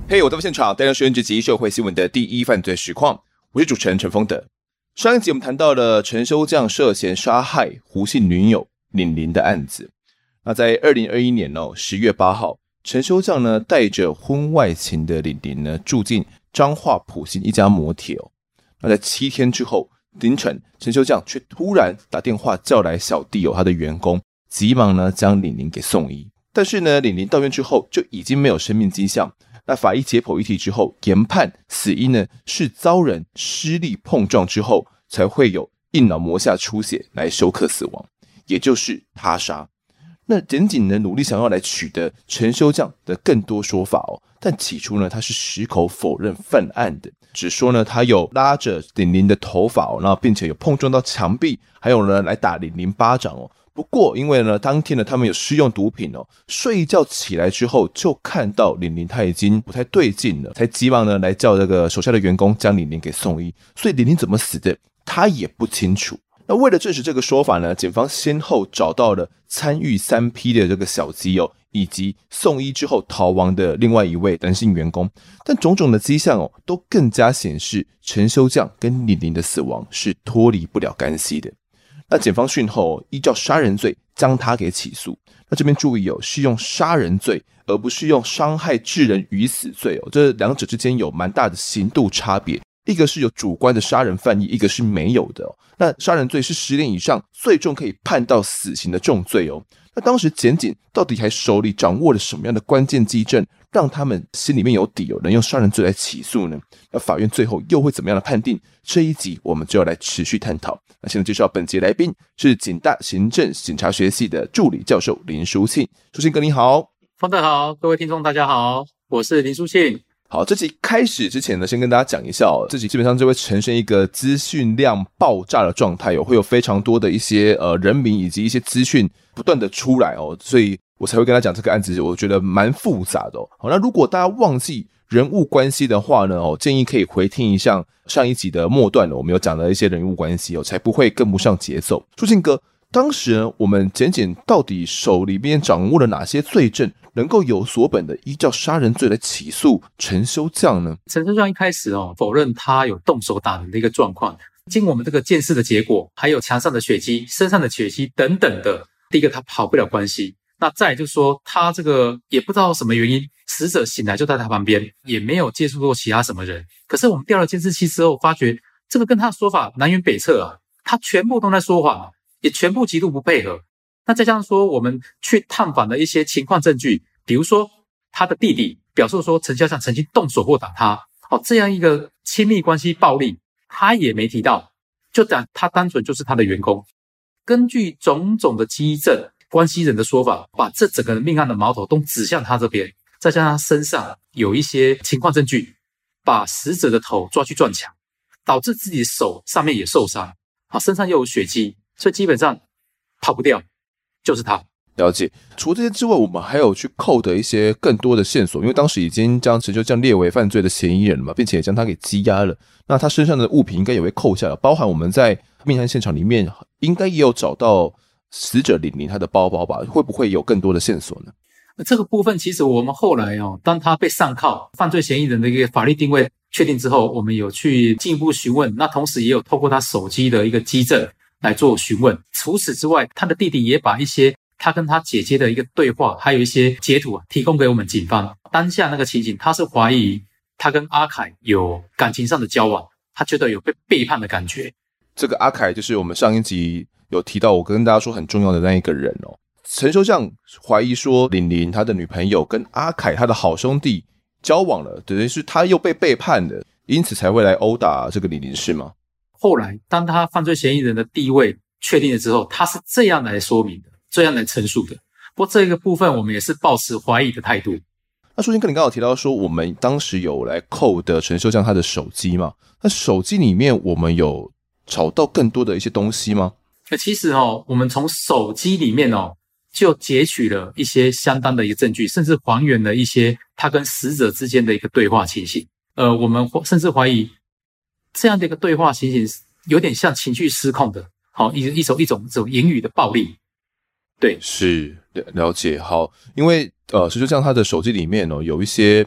嘿，我在现场带来11集社会新闻的第一犯罪实况，我是主持人陈丰德。上一集我们谈到了陈修将涉嫌杀害胡姓女友玲玲的案子。那在2021年10月8号，陈修将呢带着婚外情的玲玲呢住进彰化埔心一家摩铁。那在7天之后凌晨，陈修将却突然打电话叫来小弟他的员工，急忙呢将玲玲给送医。但是呢，玲玲到院之后就已经没有生命迹象。那法医解剖遗体之后，研判死因呢是遭人施力碰撞之后才会有硬脑膜下出血来休克死亡，也就是他杀。那检警呢努力想要来取得陈修将的更多说法但起初呢他是矢口否认犯案的，只说呢他有拉着玲玲的头发然后并且有碰撞到墙壁，还有呢来打玲玲巴掌不过因为呢当天呢他们有施用毒品睡一觉起来之后就看到玲玲她已经不太对劲了，才急忙呢来叫这个手下的员工将玲玲给送医。所以玲玲怎么死的他也不清楚。那为了证实这个说法呢，检方先后找到了参与3批的这个小鸡以及送医之后逃亡的另外一位男性员工，但种种的迹象都更加显示陈修将跟玲玲的死亡是脱离不了干系的。那检方讯后依照杀人罪将他给起诉。那这边注意是用杀人罪而不是用伤害致人于死罪这两者之间有蛮大的刑度差别，一个是有主观的杀人犯意，一个是没有的那杀人罪是10年以上，最重可以判到死刑的重罪那当时检警到底还手里掌握了什么样的关键基证，让他们心里面有底能用杀人罪来起诉呢？那法院最后又会怎么样的判定？这一集我们就要来持续探讨。那现在介绍本集来宾是警大行政警察学系的助理教授林书庆。书庆哥你好。 丰德好，各位听众大家好，我是林书庆。 好，这集开始之前呢，先跟大家讲一下这集基本上就会呈现一个资讯量爆炸的状态会有非常多的一些人名以及一些资讯不断的出来所以我才会跟他讲这个案子，我觉得蛮复杂的好，那如果大家忘记人物关系的话呢建议可以回听一下上一集的末段我们有讲的一些人物关系才不会跟不上节奏。书庆哥，当时呢我们检警到底手里面掌握了哪些罪证，能够有所本的依照杀人罪来起诉陈修将呢？ 陈修将一开始否认他有动手打人的一个状况，经我们这个鉴识的结果，还有墙上的血迹、身上的血迹等等的，第一个他跑不了关系，那再来就是说他这个也不知道什么原因，死者醒来就在他旁边，也没有接触过其他什么人。可是我们调了监视器之后发觉，这个跟他的说法南辕北辙他全部都在说谎也全部极度不配合。那再加上说我们去探访的一些情况证据，比如说他的弟弟表示说陈修将曾经动手或打他这样一个亲密关系暴力他也没提到，就讲他单纯就是他的员工。根据种种的基证，关系人的说法，把这整个命案的矛头都指向他这边，再加上他身上有一些情况证据，把死者的头抓去撞墙，导致自己的手上面也受伤身上又有血迹，所以基本上跑不掉，就是他。 了解。除了这些之外，我们还有去扣的一些更多的线索，因为当时已经将陈修将列为犯罪的嫌疑人了嘛，并且也将他给羁押了。那他身上的物品应该也会扣下了，包含我们在命案现场里面应该也有找到死者玲玲他的包包吧？会不会有更多的线索呢？ 这个部分其实我们后来当他被上铐犯罪嫌疑人的一个法律定位确定之后，我们有去进一步询问，那同时也有透过他手机的一个基证来做询问。除此之外，他的弟弟也把一些他跟他姐姐的一个对话，还有一些截图提供给我们警方。当下那个情形，他是怀疑他跟阿凯有感情上的交往，他觉得有被背叛的感觉。 这个阿凯就是我们上一集有提到，我跟大家说很重要的那一个人陈修将怀疑说玲玲他的女朋友跟阿凯他的好兄弟交往了，等于是他又被背叛了，因此才会来殴打这个玲玲，是吗？后来当他犯罪嫌疑人的地位确定了之后，他是这样来说明的，这样来陈述的。不过这个部分我们也是抱持怀疑的态度。 那书庆哥，你刚好提到说我们当时有来扣的陈修将他的手机嘛？那手机里面我们有找到更多的一些东西吗？ 其实我们从手机里面就截取了一些相当的一个证据，甚至还原了一些他跟死者之间的一个对话情形。我们甚至怀疑这样的一个对话情形有点像情绪失控的一种言语的暴力。对， 是了解。好，因为陈修将他的手机里面有一些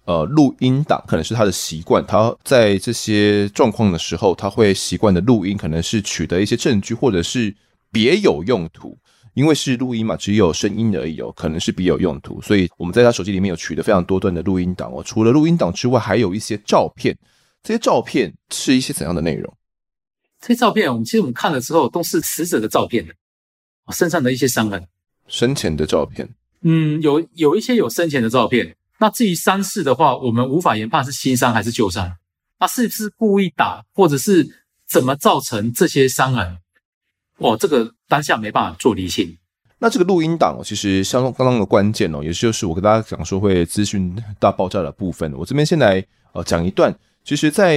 录音档，可能是他的习惯，他在这些状况的时候，他会习惯的录音，可能是取得一些证据，或者是别有用途。因为是录音嘛，只有声音而已可能是别有用途，所以我们在他手机里面有取得非常多段的录音档除了录音档之外，还有一些照片。这些照片是一些怎样的内容？ 这些照片其实我们看了之后都是死者的照片身上的一些伤痕。 生前的照片？ 有一些有生前的照片。那至于伤势的话，我们无法研判是新伤还是旧伤。那是不是故意打，或者是怎么造成这些伤痕？这个当下没办法做厘清。 那这个录音档其实相当的关键也就是我跟大家讲说会资讯大爆炸的部分。我这边先来讲一段。其实在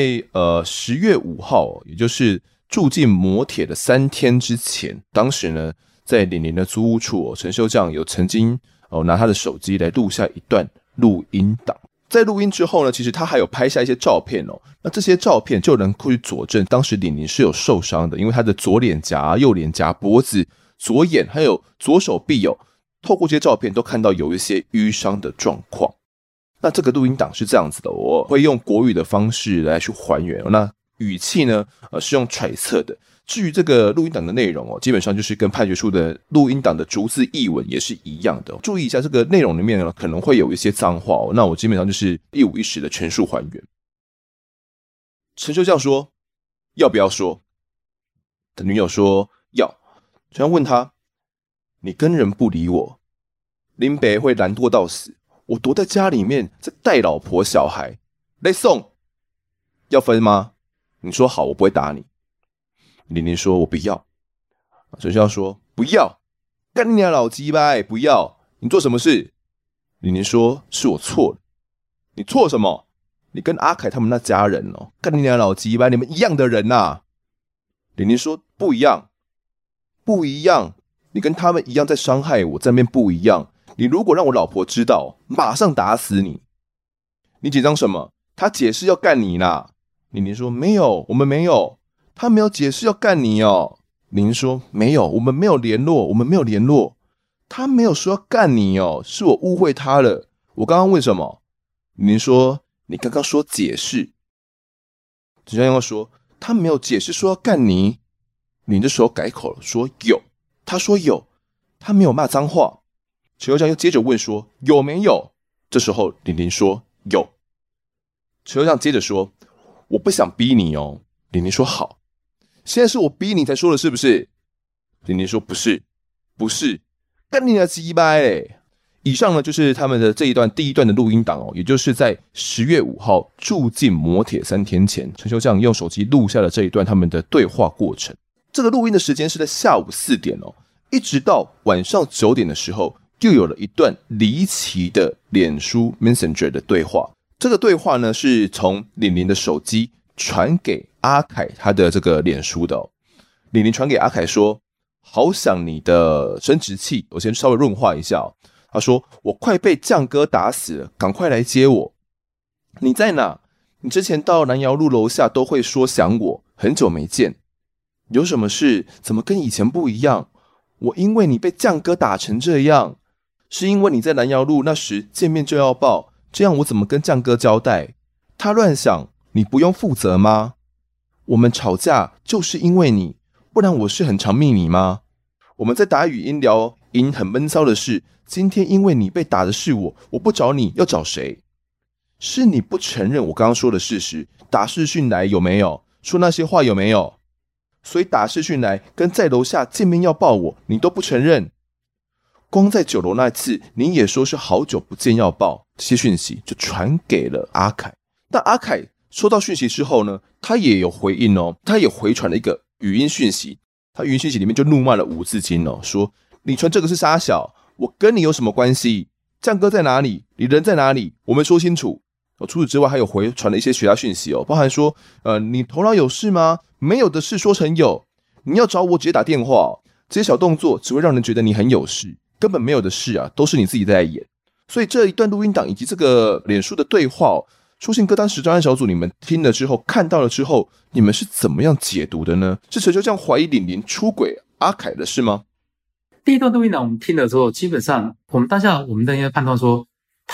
10月5号，也就是住进摩铁的3天之前，当时呢在苓林的租屋处陈秀将有曾经拿他的手机来录下一段录音档。在录音之后呢，其实他还有拍下一些照片那这些照片就能去佐证当时苓林是有受伤的，因为他的左脸颊、右脸颊、脖子、左眼还有左手臂透过这些照片都看到有一些淤伤的状况。那这个录音档是这样子的，我会用国语的方式来去还原，那语气呢是用揣测的。至于这个录音档的内容基本上就是跟判决书的录音档的逐字译文也是一样的。注意一下这个内容里面呢可能会有一些脏话那我基本上就是一五一十的全数还原。陈秀将说要不要说，的女友说要。陈秀将问他，你跟人不理我，林北会懒惰到死，我躲在家里面在带老婆小孩，来送，要分吗？你说好，我不会打你。苓林说我不要。陈秀将说不要，干你娘老鸡掰，不要。你做什么事？苓林说是我错了。你错什么？你跟阿凯他们那家人干你娘老鸡掰，你们一样的人苓林说不一样，不一样，你跟他们一样在伤害我，在那边不一样。你如果让我老婆知道，马上打死你。你紧张什么？他解释要干你啦。苓林说没有，我们没有，他没有解释要干你苓林说没有，我们没有联络，我们没有联络，他没有说要干你是我误会他了。我刚刚问什么？苓林说你刚刚说解释。陈秀将说他没有解释说要干你。苓林这时候改口了，说有，他说有，他没有骂脏话。陈秀将又接着问说有没有？这时候苓林说有。陈秀将接着说我不想逼你苓林说好。现在是我逼你才说的是不是？苓林说不是，不是，干你的鸡掰嘞。以上呢就是他们的这一段第一段的录音档也就是在10月5号住进摩铁3天前，陈秀将用手机录下了这一段他们的对话过程。这个录音的时间是在下午4点一直到晚上9点的时候，又有了一段离奇的脸书 Messenger 的对话。这个对话呢是从苓林的手机传给阿凯他的这个脸书的苓林传给阿凯说好想你的生殖器，我先稍微润化一下他说我快被酱哥打死了，赶快来接我。你在哪？你之前到南窑路楼下都会说想我，很久没见。有什么事？怎么跟以前不一样？我因为你被酱哥打成这样，是因为你在南窑路那时见面就要抱，这样我怎么跟酱哥交代？他乱想，你不用负责吗？我们吵架就是因为你，不然我是很常密你吗？我们在打语音聊音很闷骚的事，今天因为你被打的是我，我不找你要找谁？是你不承认我刚刚说的事实，打视讯来有没有？说那些话有没有？所以打视讯来跟在楼下见面要抱我，你都不承认。光在9楼那次，你也说是好久不见要抱，这些讯息就传给了阿凯。但阿凯收到讯息之后呢，他也有回应他也回传了一个语音讯息。他语音讯息里面就怒骂了5字经说你传这个是杀小，我跟你有什么关系？酱哥在哪里？你人在哪里？我们说清楚。除此之外还有回传了一些其他讯息包含说你头脑有事吗？没有的事说成有，你要找我直接打电话这些小动作只会让人觉得你很有事，根本没有的事都是你自己在演。所以这一段录音档以及这个脸书的对话出现歌单实专案小组，你们听了之后看到了之后，你们是怎么样解读的呢？是陈秀将怀疑苓林出轨阿凯的事吗？ 第一段录音档我们听了之后，基本上我们当下我们应该判断说，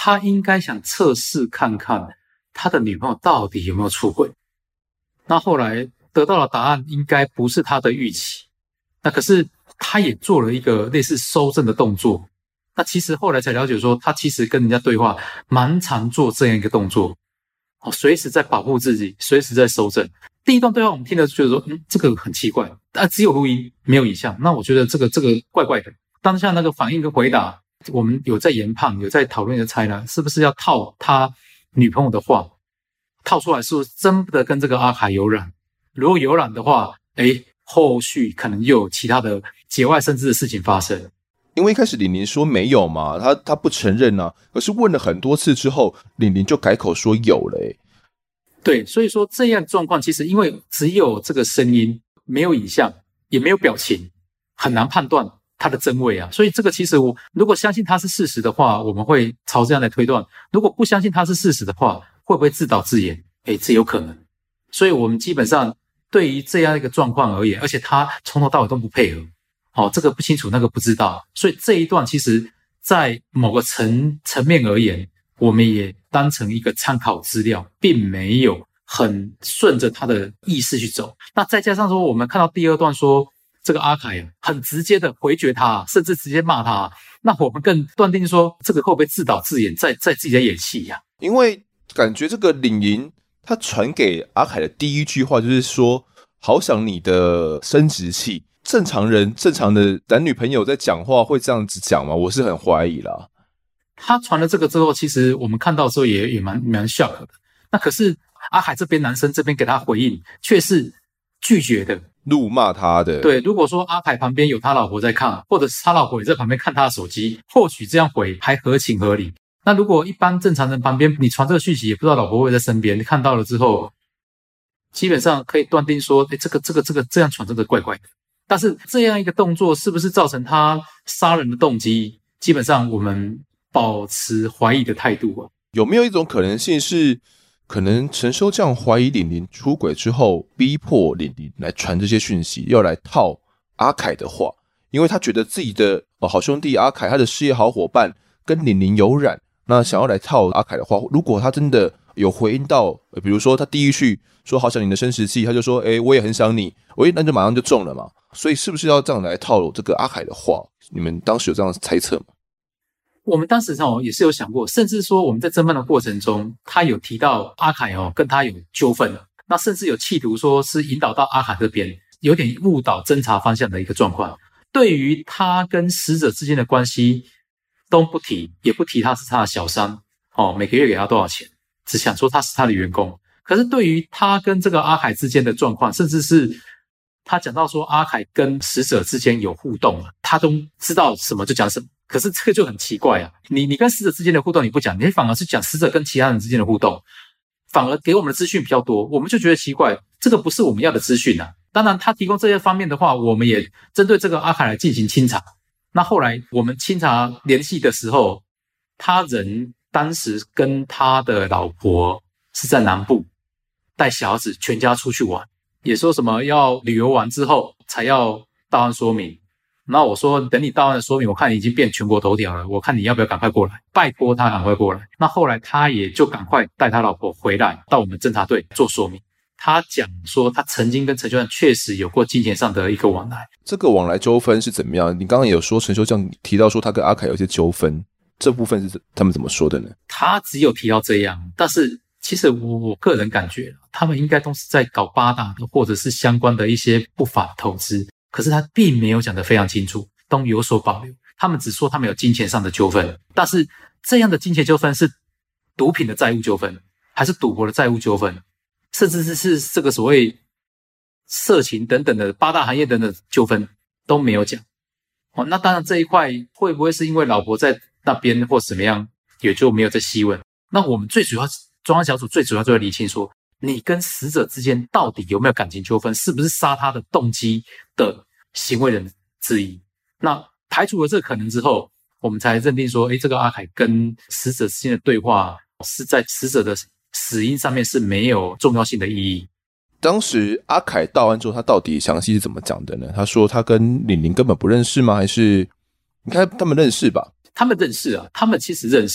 他应该想测试看看他的女朋友到底有没有出轨。那后来得到的答案应该不是他的预期，那可是他也做了一个类似搜证的动作。那其实后来才了解说，他其实跟人家对话蛮常做这样一个动作，随时在保护自己，随时在搜证。第一段对话我们听了觉得说，这个很奇怪，只有录音没有影像，那我觉得这个怪怪的。当下那个反应跟回答，我们有在研判，有在讨论的猜呢，是不是要套他女朋友的话，套出来是不是真的跟这个阿凯有染？如果有染的话，后续可能又有其他的节外生枝的事情发生。 因为一开始玲玲说没有嘛，他不承认啊，可是问了很多次之后，玲玲就改口说有了对，所以说这样的状况其实因为只有这个声音，没有影像，也没有表情，很难判断它的真伪啊。所以这个其实我如果相信它是事实的话，我们会朝这样来推断；如果不相信它是事实的话，会不会自导自演？这有可能。所以我们基本上对于这样一个状况而言，而且他从头到尾都不配合，这个不清楚，那个不知道，所以这一段其实在某个层面而言，我们也当成一个参考资料，并没有很顺着他的意识去走。那再加上说，我们看到第二段说，这个阿凯很直接的回绝他，甚至直接骂他，那我们更断定说，这个会不会自导自演，在自己在演戏呀？ 因为感觉这个玲玲她传给阿凯的第一句话就是说，好想你的生殖器。正常人正常的男女朋友在讲话会这样子讲吗？我是很怀疑啦。 他传了这个之后，其实我们看到之后也蛮 shock 的。那可是阿海这边男生这边给他回应却是拒绝的， 怒骂他的。 对，如果说阿海旁边有他老婆在看，或者是他老婆也在旁边看他的手机，或许这样回还合情合理。那如果一般正常人旁边你传这个讯息，也不知道老婆会在身边，看到了之后，基本上可以断定说，这样传真的怪怪的。但是这样一个动作是不是造成他杀人的动机，基本上我们保持怀疑的态度啊。 有没有一种可能性是，可能陈收这样怀疑玲玲出轨之后，逼迫玲玲来传这些讯息，要来套阿凯的话，因为他觉得自己的好兄弟阿凯，他的事业好伙伴跟玲玲有染，那想要来套阿凯的话，如果他真的有回应到，比如说他第一句说好想你的生殖器，他就说我也很想你，那就马上就中了嘛。所以是不是要这样来套这个阿凯的话？你们当时有这样的猜测吗？ 我们当时也是有想过，甚至说我们在侦办的过程中，他有提到阿凯跟他有纠纷，那甚至有企图说是引导到阿凯这边，有点误导侦查方向的一个状况。对于他跟死者之间的关系都不提，也不提他是他的小三，每个月给他多少钱，只想说他是他的员工。可是对于他跟这个阿凯之间的状况，甚至是他讲到说阿凯跟死者之间有互动，他都知道什么就讲什么。可是这个就很奇怪啊，你跟死者之间的互动你不讲，你反而是讲死者跟其他人之间的互动，反而给我们的资讯比较多，我们就觉得奇怪，这个不是我们要的资讯啊。当然他提供这些方面的话，我们也针对这个阿凯来进行清查。那后来我们清查联系的时候，他人当时跟他的老婆是在南部带小孩子全家出去玩，也说什么要旅游完之后才要到案说明。那我说等你到案的说明，我看你已经变全国头条了，我看你要不要赶快过来，拜托他赶快过来。那后来他也就赶快带他老婆回来到我们侦查队做说明。他讲说他曾经跟陈秀将确实有过金钱上的一个往来。 这个往来纠纷是怎么样？你刚刚也有说陈秀将提到说他跟阿凯有一些纠纷，这部分是他们怎么说的呢？ 他只有提到这样，但是其实我个人感觉他们应该都是在搞八大的或者是相关的一些不法投资，可是他并没有讲得非常清楚，都有所保留。他们只说他们有金钱上的纠纷，但是这样的金钱纠纷是毒品的债务纠纷，还是赌博的债务纠纷，甚至是这个所谓色情等等的八大行业等等的纠纷都没有讲。那当然这一块会不会是因为老婆在那边或怎么样，也就没有再细问。那我们最主要专案小组最主要就要厘清说，你跟死者之间到底有没有感情纠纷，是不是杀他的动机的行为人之一。那排除了这个可能之后，我们才认定说这个阿凯跟死者之间的对话是在死者的死因上面是没有重要性的意义。 当时阿凯到案之后，他到底详细是怎么讲的呢？他说他跟玲玲根本不认识吗？还是你看他们认识吧？ 他们认识啊，他们其实认识，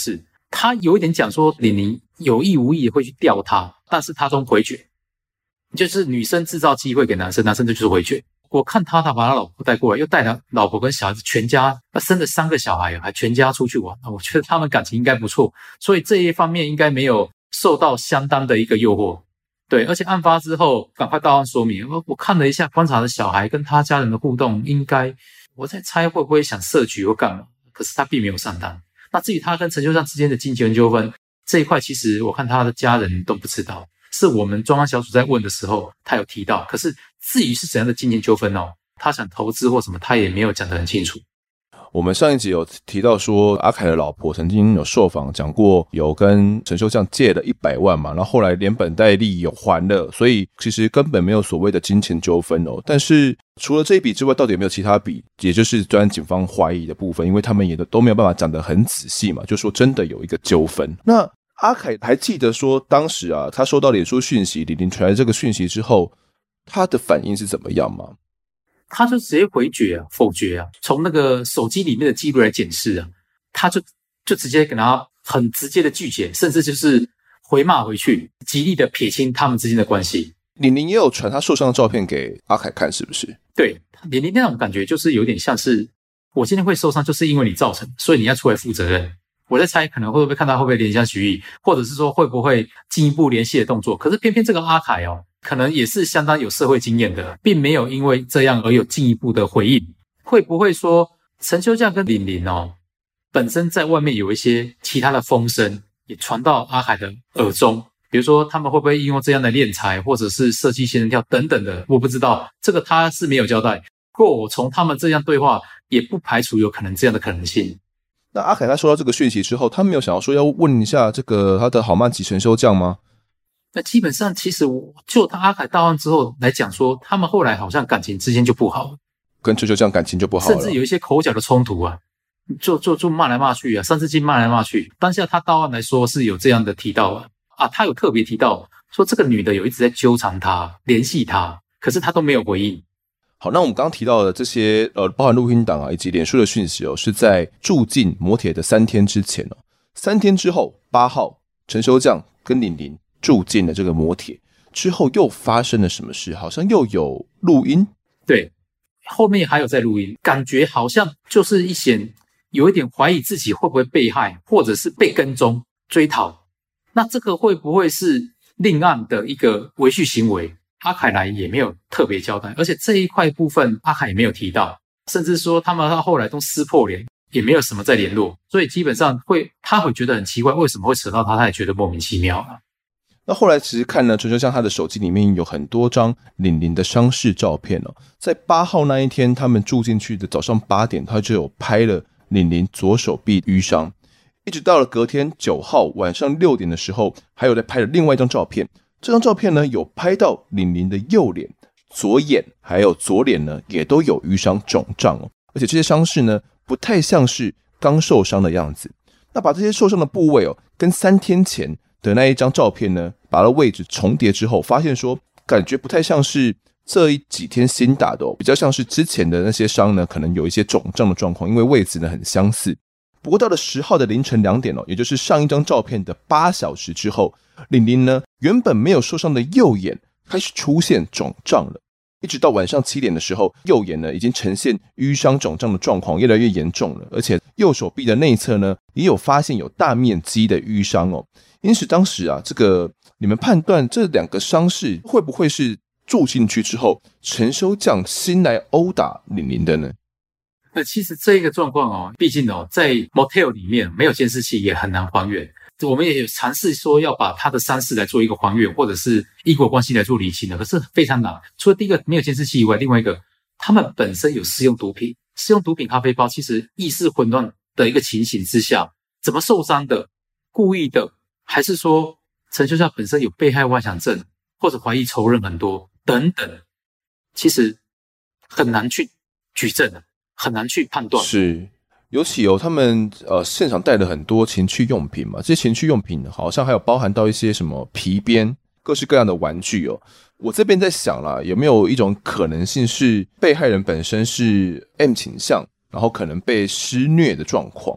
他有一点讲说李宁有意无意会去钓他，但是他都回绝，就是女生制造机会给男生，男生就是回绝。我看他把他老婆带过来，又带他老婆跟小孩子全家，生了3个小孩，还全家出去玩，我觉得他们感情应该不错，所以这一方面应该没有受到相当的一个诱惑。对，而且案发之后赶快到案说明，我看了一下观察的小孩跟他家人的互动，应该我在猜会不会想设局或干嘛，可是他并没有上当。那至于他跟陈秀香之间的金钱纠纷这一块，其实我看他的家人都不知道，是我们专案小组在问的时候他有提到，可是至于是怎样的金钱纠纷他想投资或什么他也没有讲得很清楚。 我们上一集有提到说，阿凯的老婆曾经有受访讲过，有跟陈秀将借了100万嘛，然后后来连本带利有还了，所以其实根本没有所谓的金钱纠纷但是除了这一笔之外，到底有没有其他笔，也就是专案警方怀疑的部分，因为他们也都没有办法讲得很仔细嘛，就说真的有一个纠纷。那阿凯还记得说，当时他收到脸书讯息，李林传来这个讯息之后，他的反应是怎么样吗？ 他就直接回绝否决从那个手机里面的记录来检视他就直接给他很直接的拒绝，甚至就是回骂回去，极力的撇清他们之间的关系。 李宁也有传他受伤的照片给阿凯看，是不是？ 对，李宁那种感觉就是有点像是我今天会受伤就是因为你造成，所以你要出来负责任。我在猜可能会不会看到会不会怜香惜玉，或者是说会不会进一步联系的动作。可是偏偏这个阿凯可能也是相当有社会经验的，并没有因为这样而有进一步的回应。会不会说陈秋将跟李林本身在外面有一些其他的风声也传到阿凯的耳中，比如说他们会不会应用这样的敛财，或者是设计仙人跳等等的，我不知道，这个他是没有交代。不过我从他们这样对话也不排除有可能这样的可能性。 那阿凯他收到这个讯息之后，他没有想要说要问一下这个他的好妈吉陈修将吗？ 那基本上其实就他阿凯到案之后来讲说，他们后来好像感情之间就不好了， 跟陈修将感情就不好了， 甚至有一些口角的冲突就骂来骂去三字经骂来骂去。当下他到案来说是有这样的提到他有特别提到说这个女的有一直在纠缠他联系他，可是他都没有回应。 好，那我们刚刚提到的这些包含录音档以及脸书的讯息是在住进摩铁的3天之前3天之后8号陈修将跟李林住进了这个摩铁之后，又发生了什么事？好像又有录音。 对，后面还有在录音，感觉好像就是有一点怀疑自己会不会被害，或者是被跟踪追讨。那这个会不会是另案的一个违序行为？阿凯来也没有特别交代，而且这一块部分阿凯也没有提到，甚至说他们到后来都撕破脸，也没有什么再联络，所以基本上他会觉得很奇怪，为什么会扯到他也觉得莫名其妙那后来其实看了陈修将他的手机里面有很多张李林的伤势照片在8号那一天他们住进去的早上8点，他就有拍了李林左手臂淤伤，一直到了隔天9号晚上6点的时候，还有在拍了另外一张照片。这张照片呢，有拍到李林的右脸、左眼还有左脸呢，也都有淤伤肿胀而且这些伤势呢，不太像是刚受伤的样子。那把这些受伤的部位跟3天前的那一张照片呢，把它位置重叠之后，发现说感觉不太像是这几天新打的比较像是之前的那些伤呢，可能有一些肿胀的状况，因为位置呢很相似。不过到了10号的凌晨2点也就是上一张照片的8小时之后，李林呢原本没有受伤的右眼开始出现肿胀了，一直到晚上7点的时候，右眼呢已经呈现淤伤肿胀的状况越来越严重了，而且右手臂的内侧呢也有发现有大面积的淤伤因此当时这个你们判断这2个伤势会不会是住进去之后陈修将新来殴打李林的呢？ 那其实这个状况毕竟在 motel 里面没有监视器也很难还原。我们也有尝试说要把他的伤势来做一个还原，或者是因果关系来做厘清的，可是非常难。除了第一个没有监视器以外，另外一个他们本身有使用毒品，使用毒品咖啡包，其实意识混乱的一个情形之下，怎么受伤的？故意的，还是说陈秀香本身有被害妄想症，或者怀疑仇人很多等等，其实很难去举证的，很难去判断。 是，尤其他们现场带了很多情趣用品嘛，这些情趣用品好像还有包含到一些什么皮鞭、各式各样的玩具我这边在想啦，有没有一种可能性是被害人本身是 M 倾向，然后可能被施虐的状况？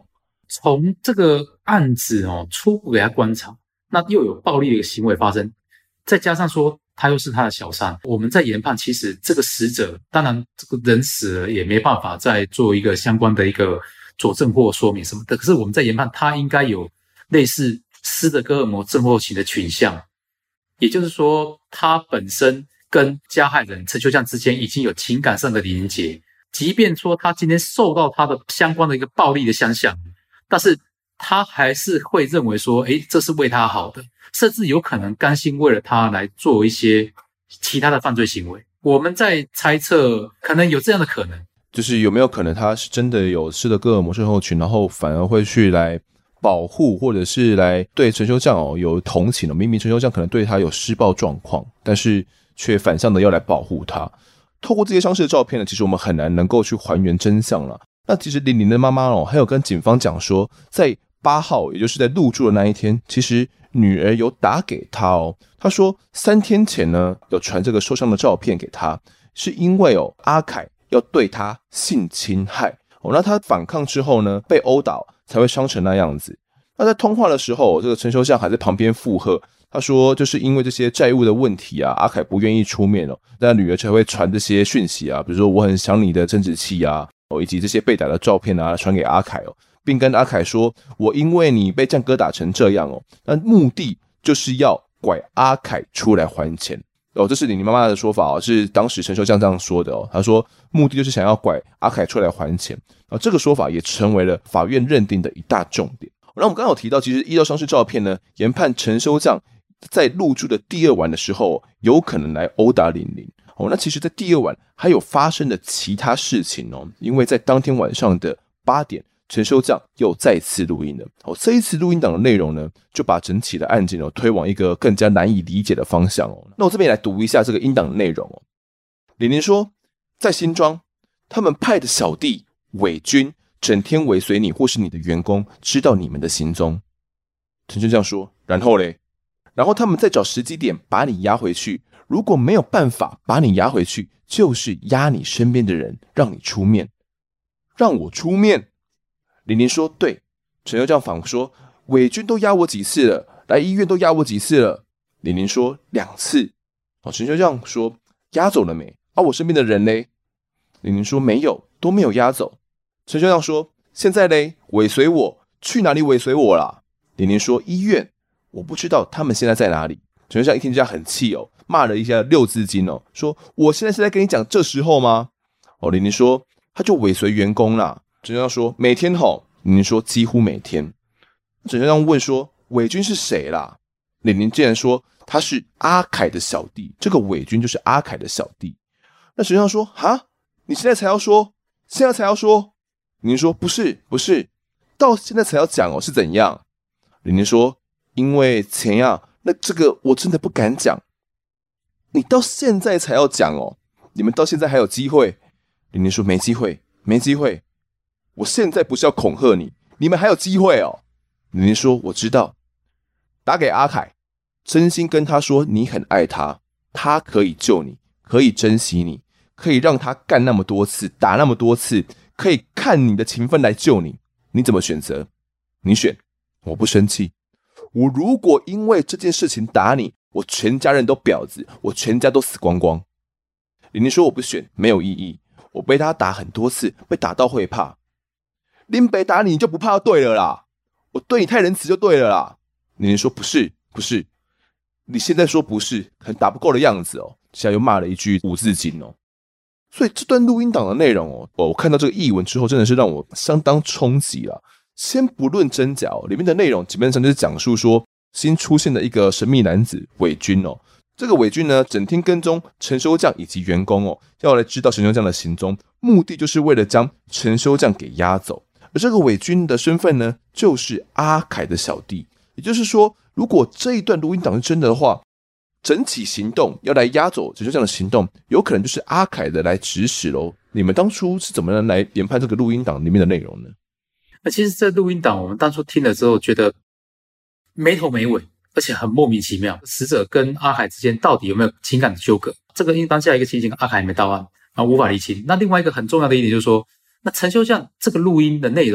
从这个案子初步给他观察，那又有暴力的一个行为发生，再加上说他又是他的小三，我们在研判其实这个死者，当然这个人死了也没办法再做一个相关的一个佐证或说明什么的，可是我们在研判他应该有类似斯德哥尔摩症候群的倾向，也就是说他本身跟加害人陈秋酱之间已经有情感上的连结，即便说他今天受到他的相关的一个暴力的相向，但是他还是会认为说这是为他好的，甚至有可能甘心为了他来做一些其他的犯罪行为。我们在猜测可能有这样的可能， 就是有没有可能他是真的有斯德哥尔摩症候群，然后反而会去来保护或者是来对陈秋酱有同情，明明陈秋酱可能对他有施暴状况，但是却反向的要来保护他。透过这些伤势的照片呢，其实我们很难能够去还原真相了。那其实玲玲的妈妈还有跟警方讲说，在8号也就是在入住的那一天，其实女儿有打给他她说3天前呢有传这个受伤的照片给他，是因为阿凯要对他性侵害那他反抗之后呢被殴打才会伤成那样子。那在通话的时候，这个陈秋酱还在旁边附和，他说就是因为这些债务的问题啊，阿凯不愿意出面那女儿才会传这些讯息啊，比如说我很想你的生殖器啊以及这些被打的照片啊传给阿凯并跟阿凯说我因为你被酱哥打成这样那目的就是要拐阿凯出来还钱这是你妈妈的说法是当时陈秋酱这样说的他说目的就是想要拐阿凯出来还钱这个说法也成为了法院认定的一大重点。那我们刚刚有提到，其实依照伤势照片呢，研判陈秋酱在入住的第2晚的时候有可能来殴打玲玲那其实在第2晚还有发生的其他事情因为在当天晚上的8点陈秋酱又再次录音了这一次录音档的内容呢，就把整起的案件推往一个更加难以理解的方向那我这边来读一下这个音档的内容玲玲说，在新庄他们派的小弟伪军整天尾随你或是你的员工，知道你们的行踪。陈秋酱说，然后嘞，然后他们再找时机点把你押回去，如果没有办法把你押回去，就是押你身边的人让你出面。让我出面？玲玲说，对。陈秋酱反说，伪军都押我几次了，来医院都押我几次了。玲玲说2次。陈秋酱说，押走了没？我身边的人嘞？玲玲说，没有，都没有押走。陈秋酱说，现在嘞，尾随我，去哪里尾随我啦？玲玲说，医院，我不知道他们现在在哪里。陈秋酱一听这样很气骂了一下6字经说我现在是在跟你讲这时候吗？玲玲说，他就尾随员工啦。陈秋酱说，每天玲玲说几乎每天。陈秋酱问说，伪军是谁啦？玲玲竟然说他是阿凯的小弟，这个伪军就是阿凯的小弟。那陈秋酱说，哈，你现在才要说？现在才要说？玲玲说，不是，到现在才要讲是怎样？玲玲说，因为钱那这个我真的不敢讲。你到现在才要讲你们到现在还有机会？玲玲说，没机会。我现在不是要恐吓你，你们还有机会玲玲说，我知道。打给阿凯，真心跟他说你很爱他，他可以救你，可以珍惜你，可以让他干那么多次，打那么多次，可以看你的情分来救你。你怎么选择？你选。我不生气。我如果因为这件事情打你，我全家人都婊子，我全家都死光光。玲玲说，我不选，没有意义。我被他打很多次，被打到会怕。林北打你就不怕就对了啦，我对你太仁慈就对了啦。玲玲说，不是，你现在说不是，可能打不够的样子现在又骂了一句5字经所以这段录音档的内容我看到这个译文之后，真的是让我相当冲击啦。先不论真假里面的内容基本上就是讲述说新出现的一个神秘男子伪军这个伪军呢，整天跟踪陈秋酱以及员工要来知道陈秋酱的行踪，目的就是为了将陈秋酱给押走。而这个伪军的身份呢，就是阿凯的小弟。也就是说，如果这一段录音档是真的话，整起行动要来押走陈秋酱的行动，有可能就是阿凯的来指使咯。你们当初是怎么样来研判这个录音档里面的内容呢？ 其实这录音档我们当初听了之后觉得没头没尾，而且很莫名其妙，死者跟阿凯之间到底有没有情感的纠葛？这个因为当下一个情形，阿凯还没到案，无法厘清。那另外一个很重要的一点就是说，那陈秋酱这个录音的内容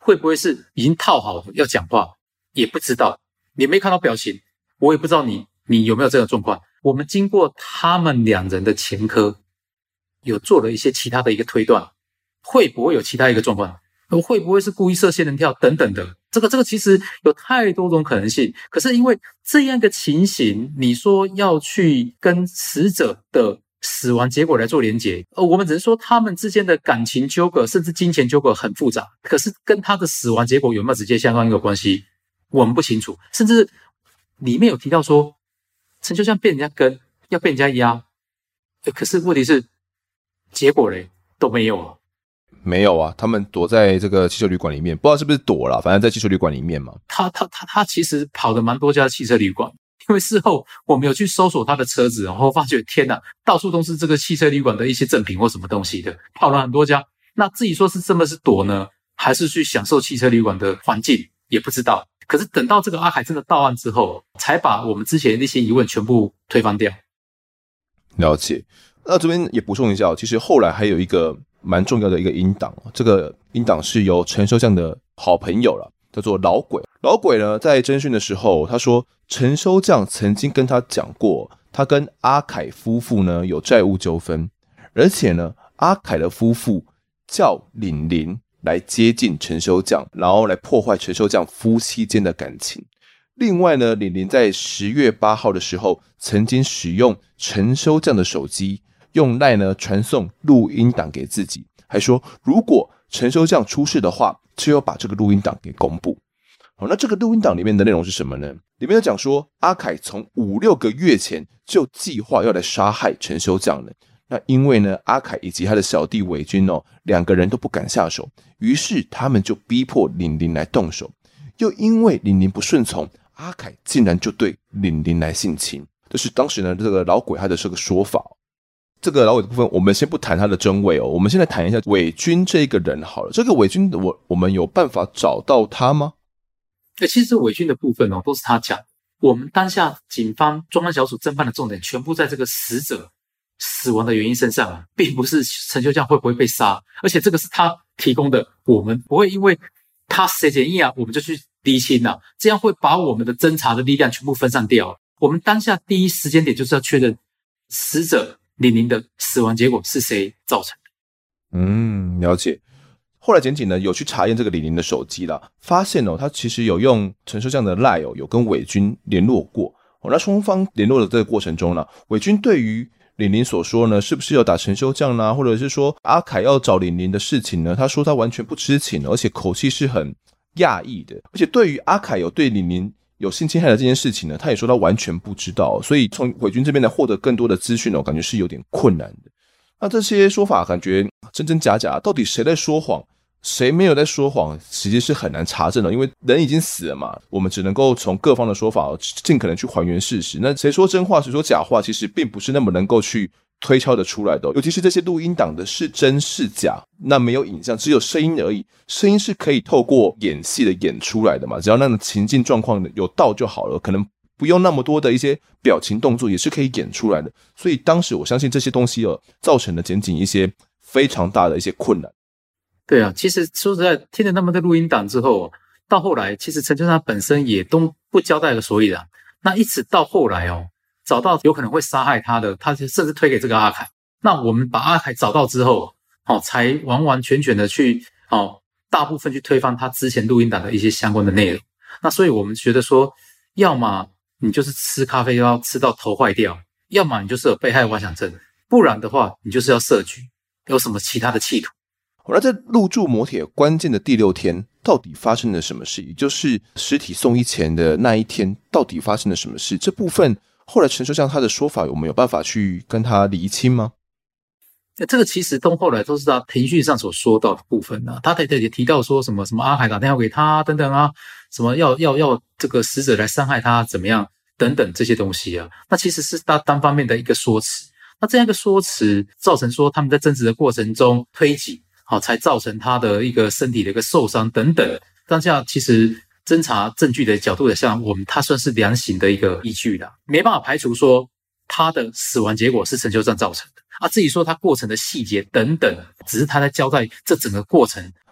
会不会是已经套好要讲话，也不知道，你没看到表情，我也不知道你有没有这个状况。我们经过他们两人的前科，有做了一些其他的一个推断，会不会有其他一个状况？会不会是故意设仙人跳等等的？这个其实有太多种可能性。可是因为这样一个情形，你说要去跟死者的死亡结果来做连结，我们只能说他们之间的感情纠葛甚至金钱纠葛很复杂，可是跟他的死亡结果有没有直接相关一个关系，我们不清楚。甚至里面有提到说陈秋香被人家跟，要被人家压，可是问题是结果嘞都没有啊。 没有啊，他们躲在这个汽车旅馆里面，不知道是不是躲了，反正在汽车旅馆里面嘛。 他其实跑了蛮多家汽车旅馆，因为事后我们有去搜索他的车子，然后发觉天哪，到处都是这个汽车旅馆的一些赠品或什么东西的，跑了很多家。那至于说是真的是躲呢，还是去享受汽车旅馆的环境，也不知道。可是等到这个阿凯真的到案之后，才把我们之前的那些疑问全部推翻掉。 了解。那这边也补充一下，其实后来还有一个蛮重要的一个音档，这个音档是由陈收将的好朋友了，叫做老鬼。老鬼呢，在侦讯的时候，他说陈收将曾经跟他讲过，他跟阿凯夫妇呢有债务纠纷，而且呢，阿凯的夫妇叫凛凛来接近陈收将，然后来破坏陈收将夫妻间的感情。另外呢，凛凛在10月8号的时候，曾经使用陈收将的手机，用 LINE 呢传送录音档给自己，还说如果陈收将出事的话，就要把这个录音档给公布。好，那这个录音档里面的内容是什么呢？里面有讲说，阿凯从5-6个月前就计划要来杀害陈收将了。那因为呢，阿凯以及他的小弟伟军两个人都不敢下手，于是他们就逼迫凛凛来动手。又因为凛凛不顺从，阿凯竟然就对凛凛来性侵。这是当时呢这个老鬼他的这个说法。这个老鬼的部分我们先不谈他的真伪我们先来谈一下伟军这个人好了。这个伟军我们有办法找到他吗？ 其实伟军的部分都是他讲。我们当下警方专案小组侦办的重点全部在这个死者死亡的原因身上，并不是陈秋将会不会被杀，而且这个是他提供的，我们不会因为他谁检验我们就去厘清这样会把我们的侦查的力量全部分散掉。我们当下第一时间点就是要确认死者凛凛的死亡结果是谁造成的。 了解。后来检警呢有去查验这个凛凛的手机啦，发现他其实有用陈收将的 LINE 有跟伟军联络过。那双方联络的这个过程中呢，伟军对于凛凛所说呢，是不是要打陈收将啦，或者是说阿凯要找凛凛的事情呢，他说他完全不知情，而且口气是很讶异的。而且对于阿凯有对凛凛有性侵害的这件事情呢，他也说他完全不知道，所以从伟军这边来获得更多的资讯感觉是有点困难的。那这些说法感觉真真假假，到底谁在说谎谁没有在说谎，其实是很难查证的，因为人已经死了嘛，我们只能够从各方的说法尽可能去还原事实。那谁说真话谁说假话，其实并不是那么能够去推敲得出来的，尤其是这些录音档的是真是假，那没有影像，只有声音而已，声音是可以透过演戏的演出来的嘛，只要那个情境状况有到就好了，可能不用那么多的一些表情动作也是可以演出来的。所以当时我相信这些东西造成了检警一些非常大的一些困难。 对啊，其实说实在，听了他们的录音档之后，到后来其实陈秋山本身也都不交代个所以然。那一直到后来找到有可能会杀害他的，他甚至推给这个阿凯。那我们把阿凯找到之后，才完完全全的去大部分去推翻他之前录音档的一些相关的内容。那所以我们觉得说，要么你就是吃咖啡要吃到头坏掉，要么你就是有被害妄想症，不然的话你就是要设局，有什么其他的企图。 那在入住摩铁关键的第6天，到底发生了什么事？也就是尸体送医前的那一天，到底发生了什么事？这部分后来陈收将他的说法，我们有办法去跟他厘清吗？ 这个其实到后来都是他庭讯上所说到的部分他也提到说什么阿凯打电话给他等等什么要这个死者来伤害他怎么样等等这些东西那其实是他单方面的一个说辞。那这样一个说辞造成说他们在争执的过程中推挤才造成他的一个身体的一个受伤等等。当下其实侦查证据的角度上，他算是量刑的一个依据啦，没办法排除说他的死亡结果是陈秋山造成的至于说他过程的细节等等，只是他在交代这整个过程。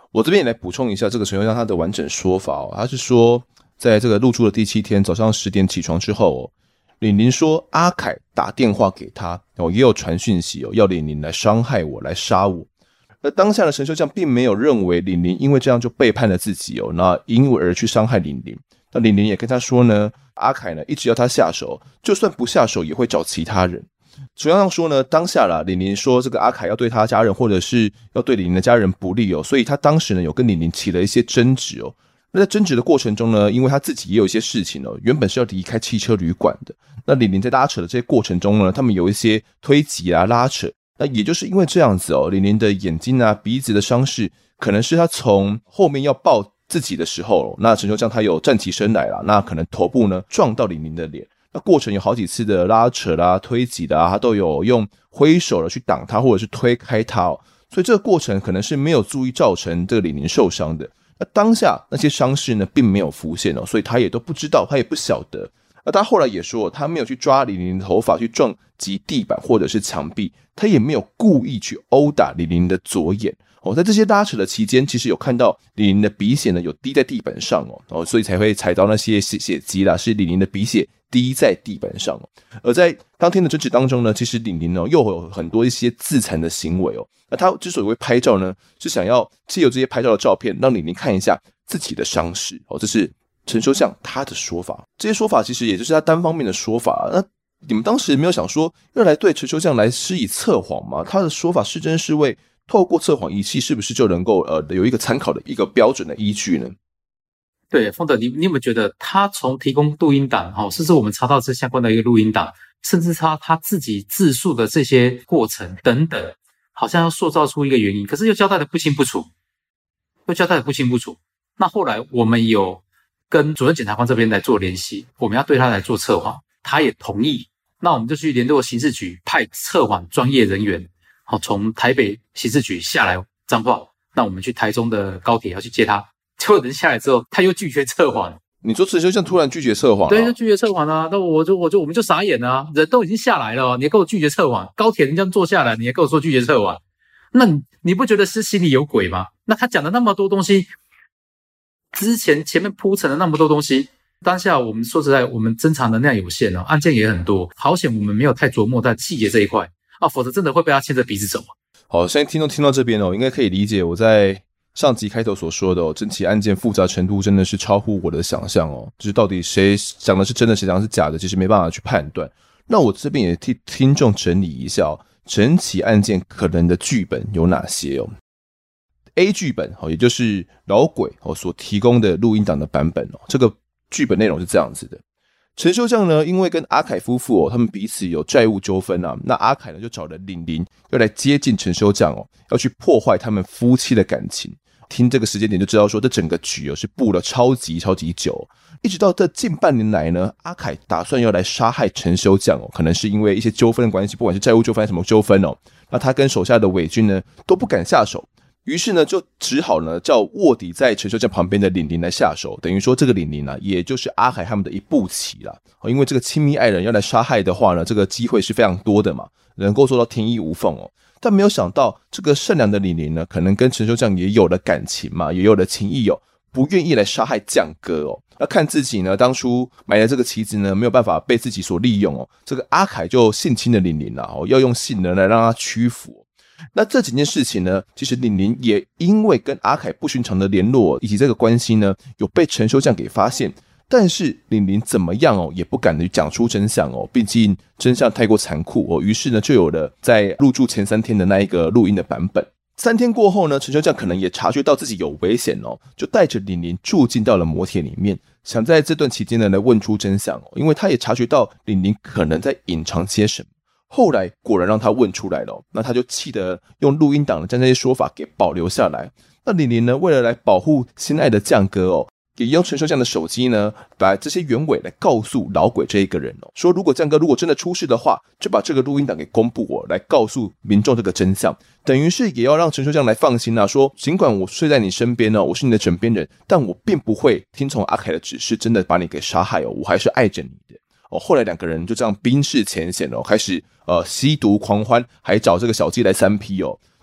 我这边也来补充一下这个陈秀将他的完整说法他是说在这个入住的第7天早上10点起床之后李玲说阿凯打电话给他也有传讯息要李玲来伤害我来杀我。而当下的陈秀将并没有认为李玲因为这样就背叛了自己那因而去伤害李玲。那李玲也跟他说呢，阿凯呢一直要他下手，就算不下手也会找其他人。主要上说呢，当下李玲说这个阿凯要对他家人或者是要对李玲的家人不利所以他当时呢有跟李玲起了一些争执那在争执的过程中呢，因为他自己也有一些事情原本是要离开汽车旅馆的。那李玲在拉扯的这些过程中呢，他们有一些推挤拉扯。那也就是因为这样子李玲的眼睛鼻子的伤势，可能是他从后面要抱自己的时候那陈秀将他有站起身来那可能头部呢撞到李玲的脸。那过程有好几次的拉扯推挤他都有用挥手去挡他或者是推开他所以这个过程可能是没有注意造成这个李玲受伤的。那当下那些伤势呢并没有浮现所以他也都不知道，他也不晓得。那他后来也说他没有去抓李玲的头发去撞击地板或者是墙壁，他也没有故意去殴打李玲的左眼在这些拉扯的期间，其实有看到李玲的鼻血呢有滴在地板上所以才会踩到那些血迹是李玲的鼻血滴在地板上而在当天的争执当中呢，其实李玲又有很多一些自残的行为那他之所以会拍照呢，是想要藉由这些拍照的照片让李玲看一下自己的伤势这是陈秀将他的说法。这些说法其实也就是他单方面的说法。那你们当时没有想说要来对陈秀将来施以测谎吗？他的说法是真是伪，透过测谎仪器是不是就能够有一个参考的一个标准的依据呢？ 对，丰德，你有没有觉得他从提供录音档甚至我们查到这相关的一个录音档，甚至他自己自述的这些过程等等，好像要塑造出一个原因，可是又交代的不清不楚。那后来我们有跟主任检察官这边来做联系，我们要对他来做测谎，他也同意。那我们就去联络刑事局，派测谎专业人员从台北刑事局下来彰化，那我们去台中的高铁要去接他。结果人下来之后，他又拒绝测谎。 你说陈秀将突然拒绝测谎对，就拒绝测谎那我们就傻眼人都已经下来了你还跟我拒绝测谎，高铁人家坐下来，你还跟我说拒绝测谎，那你不觉得是心里有鬼吗？那他讲的那么多东西，前面铺陈的那么多东西，当下我们说实在，我们侦查能量有限案件也很多，好险我们没有太琢磨在细节这一块否则真的会被他牵着鼻子走好，现在听众听到这边应该可以理解我在上集开头所说的这起案件复杂程度真的是超乎我的想象就是到底谁讲的是真的谁讲的是假的，其实没办法去判断。那我这边也替听众整理一下整起案件可能的剧本有哪些A 剧本也就是老鬼所提供的录音档的版本这个剧本内容是这样子的。陈秀将呢，因为跟阿凯夫妇他们彼此有债务纠纷那阿凯呢就找了玲玲要来接近陈秀将要去破坏他们夫妻的感情。听这个时间点就知道说这整个局是布了超级久一直到这近半年来呢，阿凯打算要来杀害陈秀将可能是因为一些纠纷的关系，不管是债务纠纷还是什么纠纷那他跟手下的伪军呢都不敢下手，于是呢就只好呢叫卧底在陈秀将旁边的玲玲来下手，等于说这个玲玲也就是阿凯他们的一步棋啦因为这个亲密爱人要来杀害的话呢，这个机会是非常多的嘛，能够做到天衣无缝但没有想到这个善良的玲玲呢，可能跟陈秀将也有了感情嘛，也有了情谊不愿意来杀害将哥那看自己呢当初埋的这个棋子呢没有办法被自己所利用这个阿凯就性侵了玲玲要用性能来让他屈服那这几件事情呢，其实玲玲也因为跟阿凯不寻常的联络以及这个关系呢，有被陈秀将给发现，但是玲玲怎么样也不敢讲出真相毕竟真相太过残酷于是呢就有了在入住前3天的那一个录音的版本。3天过后呢，陈秀将可能也察觉到自己有危险就带着玲玲住进到了摩铁里面，想在这段期间呢来问出真相因为他也察觉到玲玲可能在隐藏些什么。后来果然让他问出来了那他就气得用录音档将这些说法给保留下来。那玲玲呢为了来保护心爱的将哥也用陈秀将的手机呢把这些原委来告诉老鬼这一个人说如果将哥如果真的出事的话，就把这个录音档给公布来告诉民众这个真相，等于是也要让陈秀将来放心说尽管我睡在你身边我是你的枕边人，但我并不会听从阿凯的指示真的把你给杀害我还是爱着你的后来2个人就这样冰释前嫌开始吸毒狂欢，还找这个小鸡来3P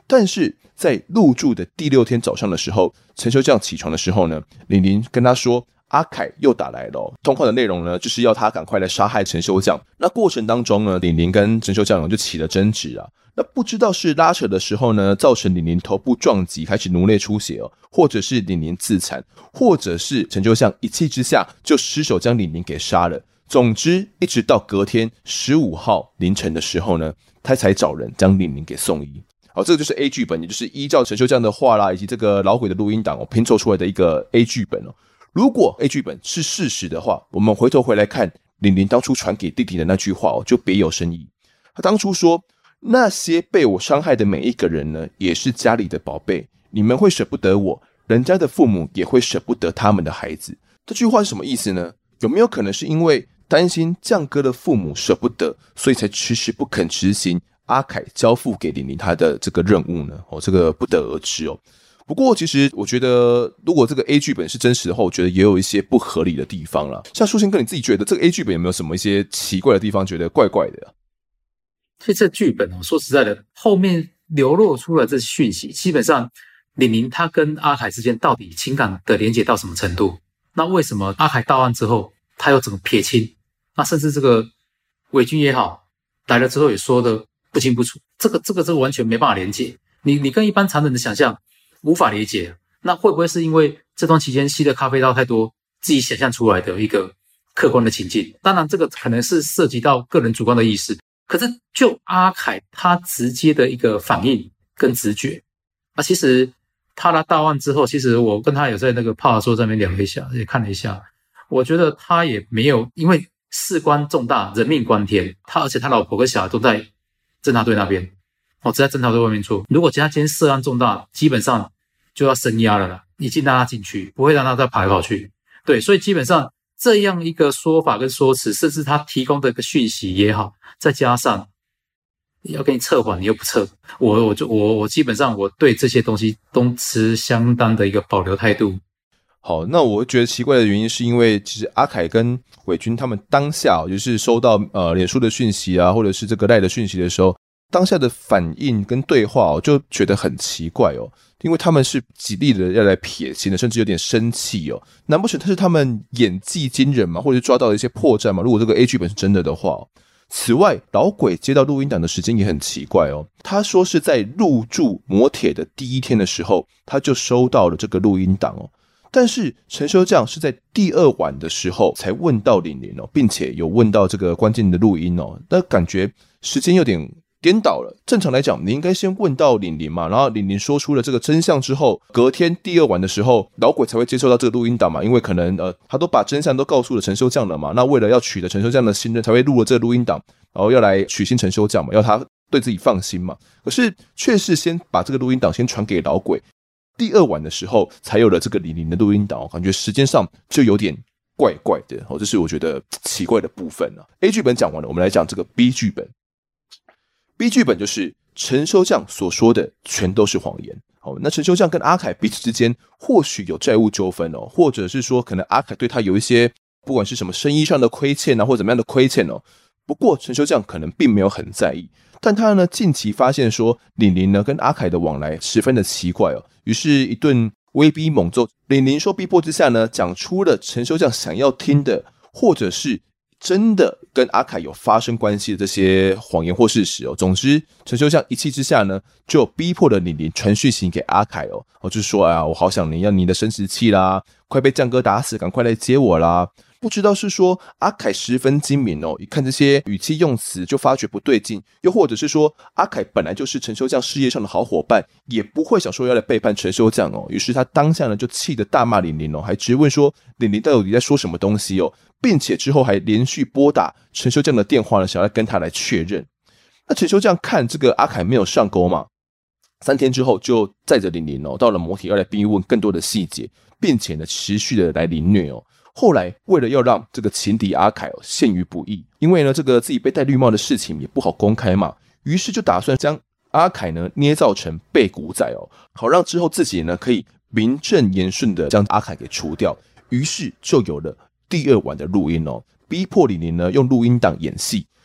但是在入住的第6天早上的时候，陈修将起床的时候呢，玲玲跟他说阿凯又打来了通话的内容呢，就是要他赶快来杀害陈修将。那过程当中呢，玲玲跟陈修将就起了争执啊。那不知道是拉扯的时候呢，造成玲玲头部撞击开始颅内出血或者是玲玲自残，或者是陈修将一气之下就失手将玲玲给杀了。总之，一直到隔天15号凌晨的时候呢，他才找人将玲玲给送医。好，这个就是 A 剧本，也就是依照陈修将的话啦，以及这个老鬼的录音档拼凑出来的一个 A 剧本如果 A 剧本是事实的话，我们回头回来看玲玲当初传给弟弟的那句话就别有深意。他当初说，那些被我伤害的每一个人呢，也是家里的宝贝，你们会舍不得我，人家的父母也会舍不得他们的孩子。这句话是什么意思呢？有没有可能是因为担心将哥的父母舍不得，所以才迟迟不肯执行阿凯交付给玲玲他的这个任务呢？这个不得而知不过其实我觉得，如果这个 A 剧本是真实的话，我觉得也有一些不合理的地方啦。像舒心哥，你自己觉得这个 A 剧本有没有什么一些奇怪的地方，觉得怪怪的所以这剧本说实在的，后面流露出了这讯息，基本上玲玲她跟阿凯之间到底情感的连结到什么程度？那为什么阿凯到案之后，他又怎么撇清？那甚至这个伪军也好，来了之后也说的不清不楚，这个完全没办法连结。你跟一般常人的想象无法理解。那会不会是因为这段期间吸的咖啡豆太多，自己想象出来的一个客观的情境？当然，这个可能是涉及到个人主观的意识。可是就阿凯他直接的一个反应跟直觉其实他来到案之后，其实我跟他有在那个泡的时候在那边聊了一下，也看了一下，我觉得他也没有，因为事关重大，人命关天，而且他老婆跟小孩都在侦查队那边只在侦查队外面做。如果他今天涉案重大，基本上就要声押了啦，已经让他进去，不会让他再跑来跑去。对，所以基本上这样一个说法跟说辞，甚至他提供的一个讯息也好，再加上要给你测谎，你又不测，我基本上我对这些东西都持相当的一个保留态度。 好，那我觉得奇怪的原因是因为其实阿凯跟伟军他们当下就是收到脸书的讯息或者是这个赖的讯息的时候，当下的反应跟对话就觉得很奇怪因为他们是极力的要来撇清的，甚至有点生气难不成是他们演技惊人吗？或者抓到了一些破绽吗？如果这个 A 剧本是真的的话此外，老鬼接到录音档的时间也很奇怪他说是在入住摩铁的第1天的时候，他就收到了这个录音档但是陈修将是在第2晚的时候才问到玲玲并且有问到这个关键的录音那感觉时间有点颠倒了。正常来讲，你应该先问到玲玲嘛，然后玲玲说出了这个真相之后，隔天第2晚的时候，老鬼才会接收到这个录音档嘛，因为可能他都把真相都告诉了陈修将了嘛，那为了要取得陈修将的信任，才会录了这个录音档，然后要来取信陈修将嘛，要他对自己放心嘛。可是却是先把这个录音档先传给老鬼，第2晚的时候才有了这个玲玲的录音档感觉时间上就有点怪怪的这是我觉得奇怪的部分A 剧本讲完了，我们来讲这个 B 剧本。B 剧本就是陈修将所说的全都是谎言。那陈修将跟阿凯彼此之间或许有债务纠纷或者是说可能阿凯对他有一些不管是什么生意上的亏欠或者怎么样的亏欠不过陈修将可能并没有很在意，但他呢近期发现说玲玲呢跟阿凯的往来十分的奇怪于是一顿威逼猛揍，玲玲说逼迫之下呢讲出了陈修将想要听的，或者是真的跟阿凯有发生关系的这些谎言或事实总之陈修将一气之下呢就逼迫了玲玲传讯息给阿凯就是说我好想你，要你的生殖器啦，快被将哥打死，赶快来接我啦。不知道是说阿凯十分精明一看这些语气用词就发觉不对劲，又或者是说阿凯本来就是陈修将事业上的好伙伴，也不会想说要来背叛陈修将于是他当下呢就气得大骂玲玲还质问说玲玲到底在说什么东西并且之后还连续拨打陈修将的电话呢，想要跟他来确认。那陈修将看这个阿凯没有上钩嘛，3天之后就载着玲玲到了摩铁要来逼问更多的细节，并且呢持续的来凌虐后来为了要让这个情敌阿凯陷于不义，因为呢这个自己被戴绿帽的事情也不好公开嘛，于是就打算将阿凯呢捏造成背骨仔好让之后自己呢可以名正言顺的将阿凯给除掉。于是就有了第2晚的录音逼迫玲玲呢用录音档演戏，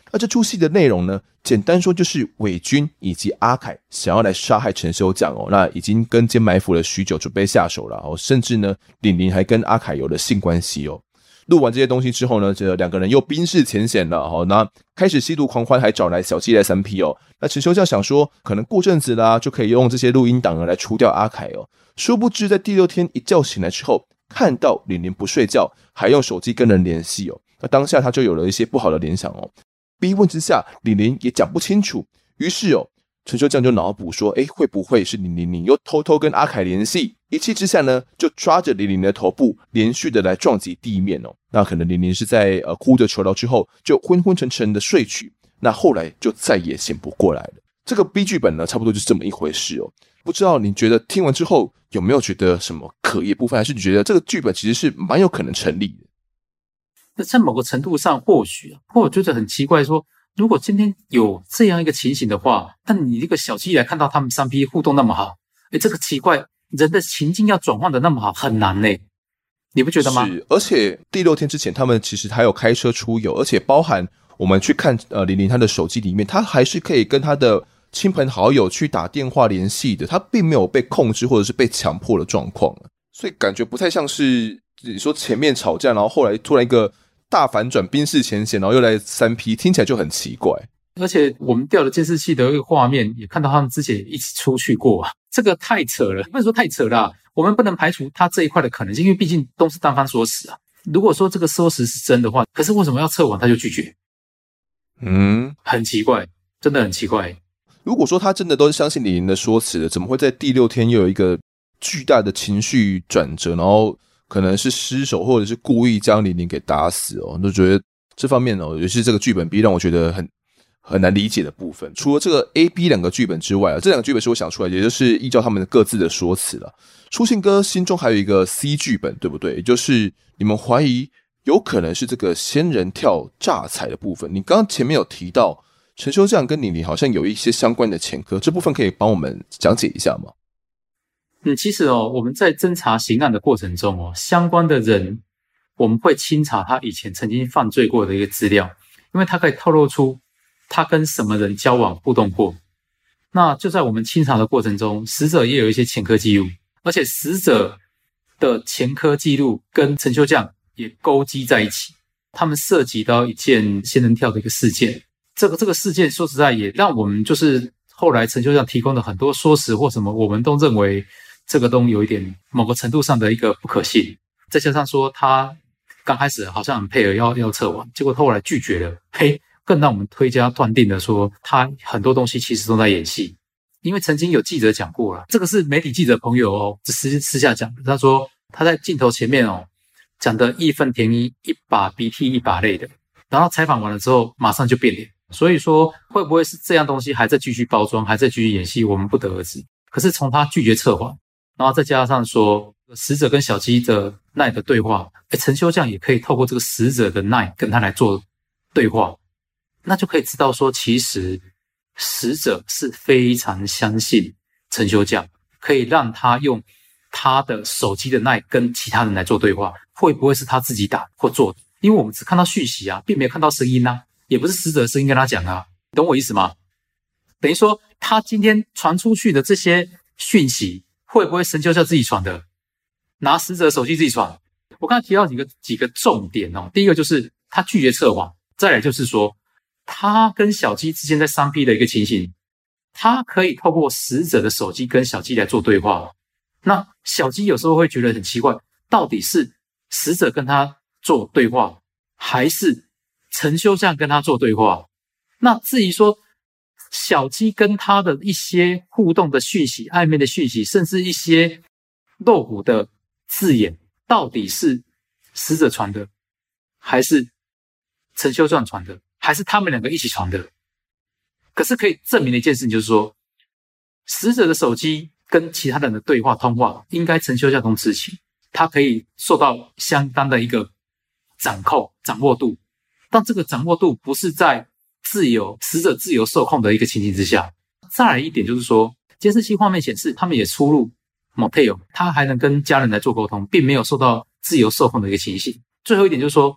那这出戏的内容呢，简单说就是伪军以及阿凯想要来杀害陈修将哦，那已经跟监埋伏了许久，准备下手了哦，甚至呢，玲玲还跟阿凯有了性关系哦。录完这些东西之后呢，这两个人又冰释前嫌了哦，那开始吸毒狂欢，还找来小鸡来3P哦。那陈修将想说，可能过阵子啦，就可以用这些录音档来除掉阿凯哦。殊不知，在第6天一觉醒来之后，看到玲玲不睡觉，还用手机跟人联系哦。那当下他就有了一些不好的联想哦。逼问之下，玲玲也讲不清楚，于是哦，陈修将就脑补说，会不会是玲玲又偷偷跟阿凯联系？一气之下呢，就抓着玲玲的头部，连续的来撞击地面哦。那可能玲玲是在哭着求饶之后，就昏昏沉沉的睡去。那后来就再也醒不过来了。这个 B 剧本呢，差不多就是这么一回事哦。不知道你觉得听完之后有没有觉得什么可疑部分，还是你觉得这个剧本其实是蛮有可能成立的？ 那在某个程度上，或许我觉得很奇怪说，如果今天有这样一个情形的话，那你这个小鸡来看到他们3P 互动那么好，这个奇怪，人的情境要转换的那么好，很难呢，你不觉得吗？ 是，而且第6天之前，他们其实还有开车出游，而且包含我们去看玲玲她的手机里面，她还是可以跟她的亲朋好友去打电话联系的，她并没有被控制或者是被强迫的状况，所以感觉不太像是你说前面吵架，然后后来突然一个大反转，冰释前嫌，然后又来3P，听起来就很奇怪。 而且我们调了监视器的一个画面，也看到他们之前一起出去过啊，这个太扯了，不能说太扯了我们不能排除他这一块的可能性，因为毕竟都是单方说辞啊。如果说这个说辞是真的话，可是为什么要测谎他就拒绝？很奇怪，真的很奇怪。 如果说他真的都是相信李玲的说辞的，怎么会在第6天又有一个巨大的情绪转折，然后可能是失手或者是故意将李玲给打死哦？就觉得这方面哦，尤其是这个剧本 B 让我觉得很难理解的部分。除了这个 A、B 两个剧本之外这两个剧本是我想出来的，也就是依照他们各自的说辞了。出信哥心中还有一个 C 剧本，对不对？也就是你们怀疑有可能是这个仙人跳诈财的部分。你刚刚前面有提到陈修将跟李玲好像有一些相关的前科，这部分可以帮我们讲解一下吗？ 其实我们在侦查刑案的过程中相关的人我们会清查他以前曾经犯罪过的一个资料，因为他可以透露出他跟什么人交往互动过。那就在我们清查的过程中，死者也有一些前科记录，而且死者的前科记录跟陈修将也勾稽在一起，他们涉及到一件仙人跳的一个事件。这个事件说实在也让我们就是后来陈修将提供的很多说辞或什么，我们都认为这个都有一点某个程度上的一个不可信。再加上说他刚开始好像很配合要测谎，结果后来拒绝了，更让我们推家断定了说他很多东西其实都在演戏。因为曾经有记者讲过了，这个是媒体记者朋友私下讲的，他说他在镜头前面讲的义愤填膺，一把鼻涕一把泪的，然后采访完了之后马上就变脸。所以说会不会是这样东西还在继续包装，还在继续演戏，我们不得而知。可是从他拒绝测谎，然后再加上说死者跟小鸡的奈的对话，陈修将也可以透过这个死者的奈跟他来做对话，那就可以知道说其实死者是非常相信陈修将，可以让他用他的手机的奈跟其他人来做对话，会不会是他自己打或做的？因为我们只看到讯息并没有看到声音也不是死者的声音跟他讲懂我意思吗？等于说他今天传出去的这些讯息，会不会陈修将自己传的？拿死者的手机自己传？我刚才提到几个重点第一个就是他拒绝测谎，再来就是说他跟小鸡之间在3P的一个情形，他可以透过死者的手机跟小鸡来做对话。那小鸡有时候会觉得很奇怪，到底是死者跟他做对话，还是陈修将跟他做对话？那至于说小鸡跟他的一些互动的讯息、暧昧的讯息，甚至一些露骨的字眼，到底是死者传的，还是陈修将传的，还是他们两个一起传的？可是可以证明的一件事情就是说，死者的手机跟其他人的对话通话，应该陈修将都知情，他可以受到相当的一个掌握度，但这个掌握度不是在死者自由受控的一个情形之下。再来一点就是说，监视器画面显示他们也出入 motel， 他还能跟家人来做沟通，并没有受到自由受控的一个情形。最后一点就是说，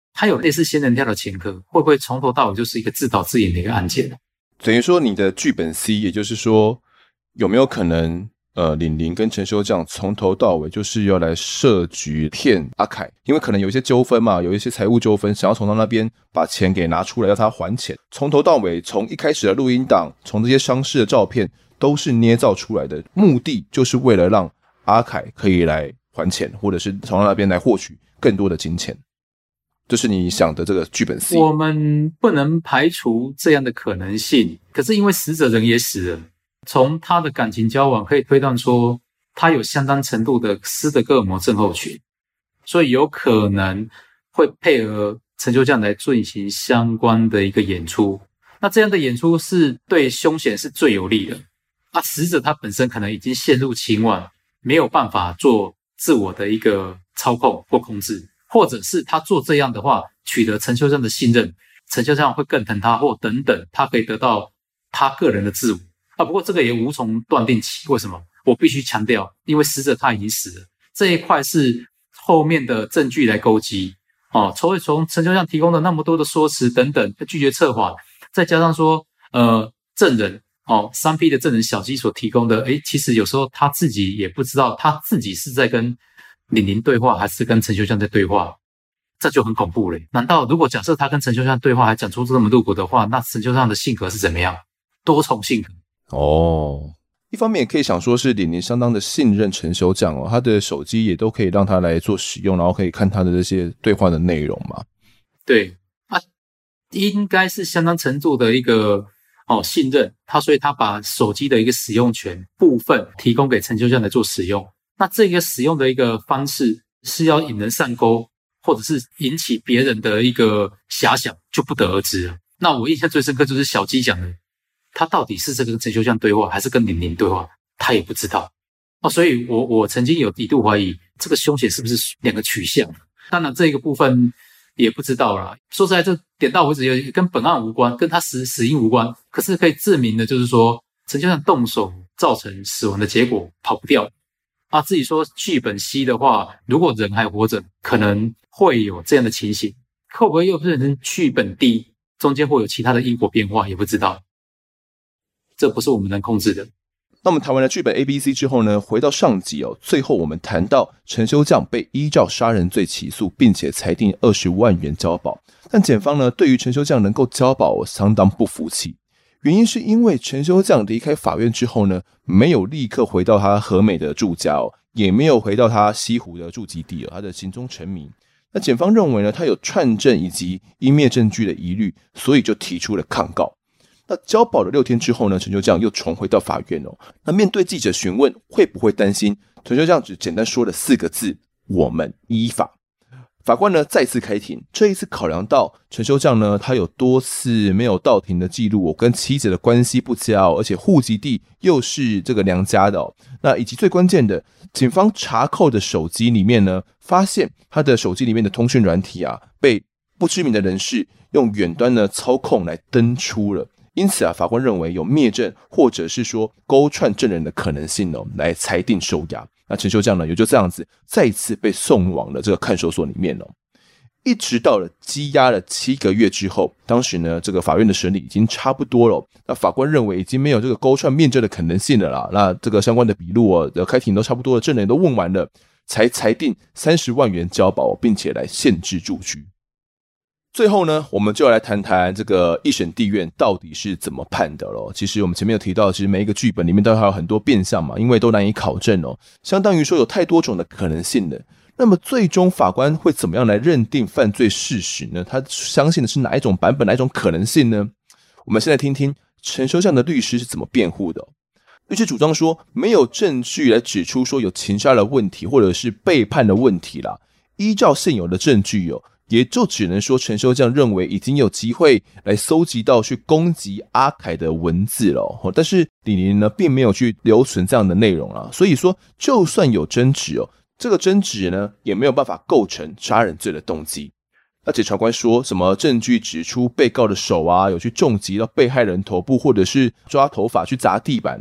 他有类似仙人跳的前科，会不会从头到尾就是一个自导自演的一个案件？ 等于说你的剧本 C， 也就是说有没有可能凛凛跟陈修将从头到尾就是要来设局骗阿凯，因为可能有一些纠纷嘛，有一些财务纠纷，想要从他那边把钱给拿出来，要他还钱。从头到尾，从一开始的录音档，从这些伤势的照片，都是捏造出来的，目的就是为了让阿凯可以来还钱，或者是从他那边来获取更多的金钱。这是你想的这个剧本 C。 我们不能排除这样的可能性，可是因为死者人也死了，从他的感情交往可以推断出他有相当程度的斯德哥尔摩症候群，所以有可能会配合陈修将来进行相关的一个演出。那这样的演出是对凶险是最有利的。死者他本身可能已经陷入情网，没有办法做自我的一个操控或控制，或者是他做这样的话，取得陈修将的信任，陈修将会更疼他，或等等，他可以得到他个人的自我。不过这个也无从断定起。为什么？我必须强调，因为死者他已经死了，这一块是后面的证据来勾稽。从陈修将提供的那么多的说辞等等，拒绝策划，再加上说证人3P 的证人小鸡所提供的，其实有时候他自己也不知道他自己是在跟凛凛对话还是跟陈修将在对话，这就很恐怖了。难道如果假设他跟陈修将对话还讲出这么露骨的话，那陈修将的性格是怎么样？多重性格。 一方面也可以想说是凛凛相当的信任陈修将他的手机也都可以让他来做使用，然后可以看他的这些对话的内容嘛。 对应该是相当程度的一个信任他，所以他把手机的一个使用权部分提供给陈修将来做使用。那这个使用的一个方式是要引人上钩，或者是引起别人的一个遐想，就不得而知了。那我印象最深刻就是小鸡讲的，他到底是跟陈修将对话还是跟凛凛对话，他也不知道。所以我曾经有一度怀疑这个凶险是不是两个取向。当然这个部分也不知道啦。说实在，这点到为止也跟本案无关，跟他死因无关。可是可以证明的就是说，陈修将动手造成死亡的结果跑不掉。至己说剧本 C 的话，如果人还活着，可能会有这样的情形，会不会又变成剧本 D， 中间会有其他的因果变化，也不知道。这不是我们能控制的。 那我们谈完了剧本 ABC 之后呢，回到上集最后我们谈到陈修将被依照杀人罪起诉，并且裁定20万元交保。但检方呢，对于陈修将能够交保相当不服气，原因是因为陈修将离开法院之后呢，没有立刻回到他和美的住家也没有回到他西湖的住基地他的行踪成谜。那检方认为呢，他有串证以及湮灭证据的疑虑，所以就提出了抗告。那交保了6天之后呢，陈修将又重回到法院那面对记者询问会不会担心，陈修将只简单说了4个字：我们依法。法官呢再次开庭，这一次考量到陈修将呢，他有多次没有到庭的记录跟妻子的关系不佳而且户籍地又是这个娘家的那以及最关键的，警方查扣的手机里面呢，发现他的手机里面的通讯软体被不知名的人士用远端呢操控来登出了。因此法官认为有灭证或者是说勾串证人的可能性来裁定收押。那陈修将呢，也就这样子再一次被送往了这个看守所里面一直到了羁押了7个月之后，当时呢，这个法院的审理已经差不多了那法官认为已经没有这个勾串灭证的可能性了啦。那这个相关的笔录开庭都差不多了，证人都问完了，才裁定30万元交保，并且来限制住居。最后呢，我们就要来谈谈这个一审地院到底是怎么判的咯。其实我们前面有提到，其实每一个剧本里面都还有很多变项嘛，因为都难以考证相当于说有太多种的可能性了。那么最终法官会怎么样来认定犯罪事实呢？他相信的是哪一种版本，哪一种可能性呢？我们现在听听陈修将的律师是怎么辩护的律师主张说，没有证据来指出说有情杀的问题或者是背叛的问题啦。依照现有的证据也就只能说陈修将认为已经有机会来搜集到去攻击阿凯的文字了但是李宁呢并没有去留存这样的内容所以说就算有争执这个争执呢也没有办法构成杀人罪的动机。而且法官说什么证据指出被告的手有去重击到被害人头部，或者是抓头发去砸地板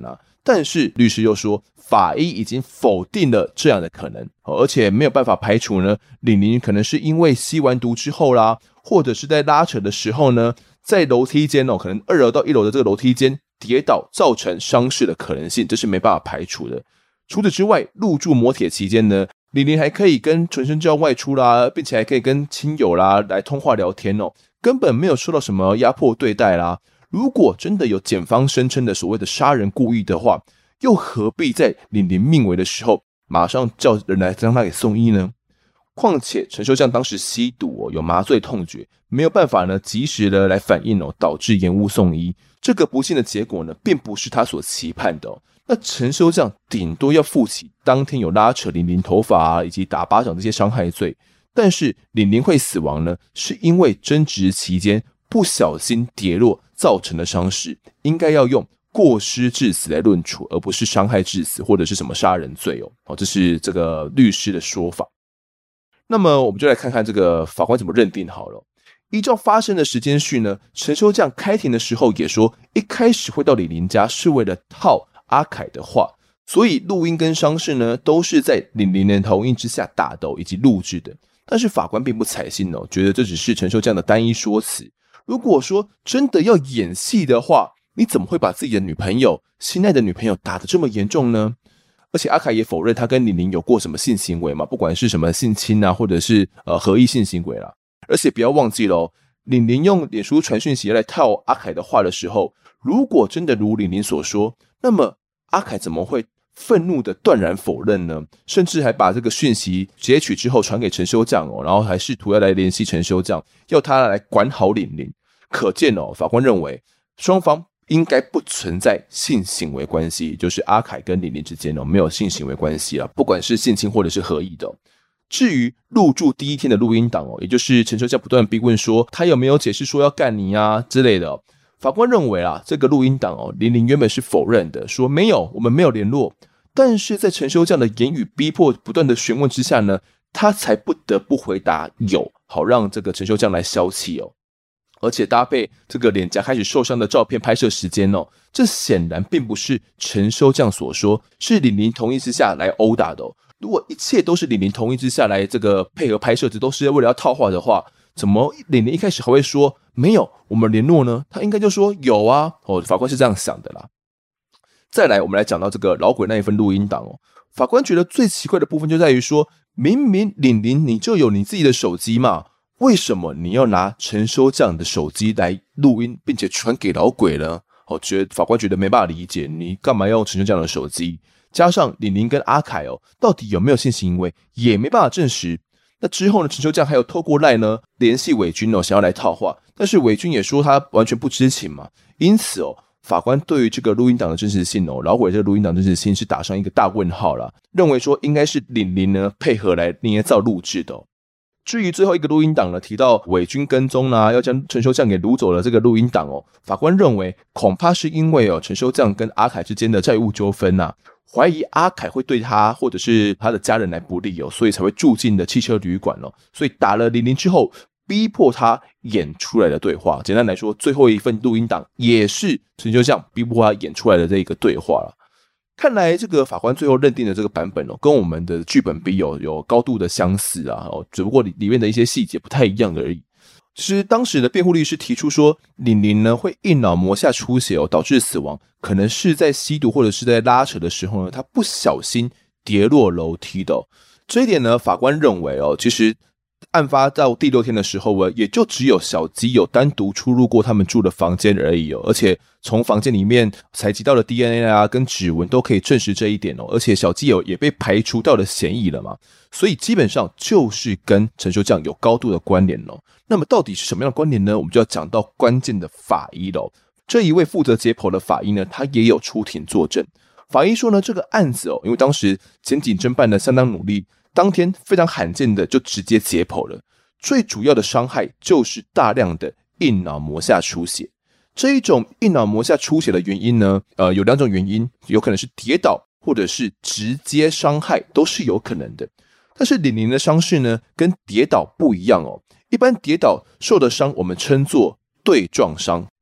但是律师又说，法医已经否定了这样的可能，而且没有办法排除呢，玲玲可能是因为吸完毒之后啦，或者是在拉扯的时候呢，在楼梯间可能2楼到1楼的这个楼梯间跌倒造成伤势的可能性，这是没办法排除的。除此之外，入住摩铁期间呢，玲玲还可以跟纯生教外出啦，并且还可以跟亲友啦来通话聊天根本没有受到什么压迫对待啦。如果真的有检方声称的所谓的杀人故意的话，又何必在玲玲命危的时候马上叫人来将她给送医呢？况且陈修将当时吸毒有麻醉痛觉，没有办法呢及时的来反应导致延误送医。这个不幸的结果呢，并不是他所期盼的那陈修将顶多要负起当天有拉扯玲玲头发以及打巴掌这些伤害罪，但是玲玲会死亡呢，是因为争执期间不小心跌落造成的伤势，应该要用过失致死来论处，而不是伤害致死或者是什么杀人罪这是这个律师的说法。那么我们就来看看这个法官怎么认定好了。依照发生的时间序呢，陈修将开庭的时候也说，一开始会到玲玲家是为了套阿凯的话，所以录音跟伤势呢都是在玲玲的同意之下打的以及录制的。但是法官并不采信觉得这只是陈修将的单一说辞。如果说真的要演戏的话，你怎么会把自己的女朋友、心爱的女朋友打得这么严重呢？而且阿凯也否认他跟玲玲有过什么性行为嘛，不管是什么性侵啊，或者是合意性行为啦。而且不要忘记了玲玲用脸书传讯息来套阿凯的话的时候，如果真的如玲玲所说，那么阿凯怎么会愤怒的断然否认呢？甚至还把这个讯息截取之后传给陈修将然后还试图要来联系陈修将，要他来管好玲玲。可见法官认为双方应该不存在性行为关系，就是阿凯跟玲玲之间没有性行为关系不管是性侵或者是合意的至于入住第一天的录音档也就是陈修将不断逼问说他有没有解释说要干你啊之类的法官认为这个录音档玲玲原本是否认的，说没有，我们没有联络。但是在陈修将的言语逼迫不断的询问之下呢，他才不得不回答有，好让这个陈修将来消气而且搭配这个脸颊开始受伤的照片拍摄时间这显然并不是陈修将所说，是玲玲同意之下来殴打的如果一切都是玲玲同意之下来这个配合拍摄，这都是为了要套话的话，怎么玲玲一开始还会说没有我们联络呢？他应该就说有啊法官是这样想的啦。再来我们来讲到这个老鬼那一份录音档法官觉得最奇怪的部分就在于说，明明玲玲你就有你自己的手机嘛，为什么你要拿陈修将的手机来录音并且传给老鬼呢？法官觉得没办法理解，你干嘛要用陈修将的手机？加上玲玲跟阿凯到底有没有性行为也没办法证实。那之后呢，陈修将还有透过 LINE 呢联系伟军想要来套话，但是伟军也说他完全不知情嘛。因此法官对于这个录音档的真实性老鬼这个录音档真实性是打上一个大问号啦，认为说应该是玲玲呢配合来捏造录制的至于最后一个录音档呢，提到伪军跟踪要将陈修将给掳走了这个录音档法官认为恐怕是因为陈修将跟阿凯之间的债务纠纷怀疑阿凯会对他或者是他的家人来不利所以才会住进的汽车旅馆所以打了玲玲之后，逼迫他演出来的对话。简单来说，最后一份录音档也是陈修将逼迫他演出来的这个对话了。看来这个法官最后认定的这个版本跟我们的剧本比有高度的相似只不过里面的一些细节不太一样而已。其实当时的辩护律师提出说，玲玲呢会硬脑膜下出血导致死亡，可能是在吸毒或者是在拉扯的时候呢，他不小心跌落楼梯的这一点呢，法官认为其实案发到第6天的时候也就只有小鸡有单独出入过他们住的房间而已而且从房间里面采集到的 DNA 跟指纹都可以证实这一点而且小鸡也被排除掉的嫌疑了嘛，所以基本上就是跟陈修将有高度的关联那么到底是什么样的关联呢？我们就要讲到关键的法医了这一位负责解剖的法医呢，他也有出庭作证。法医说呢，这个案子因为当时检警侦办的相当努力，当天非常罕见的就直接解剖了。最主要的伤害就是大量的硬脑膜下出血。这一种硬脑膜下出血的原因呢，有2种原因，有可能是跌倒或者是直接伤害，都是有可能的。但是玲玲的伤势呢，跟跌倒不一样一般跌倒受的伤我们称作对撞伤，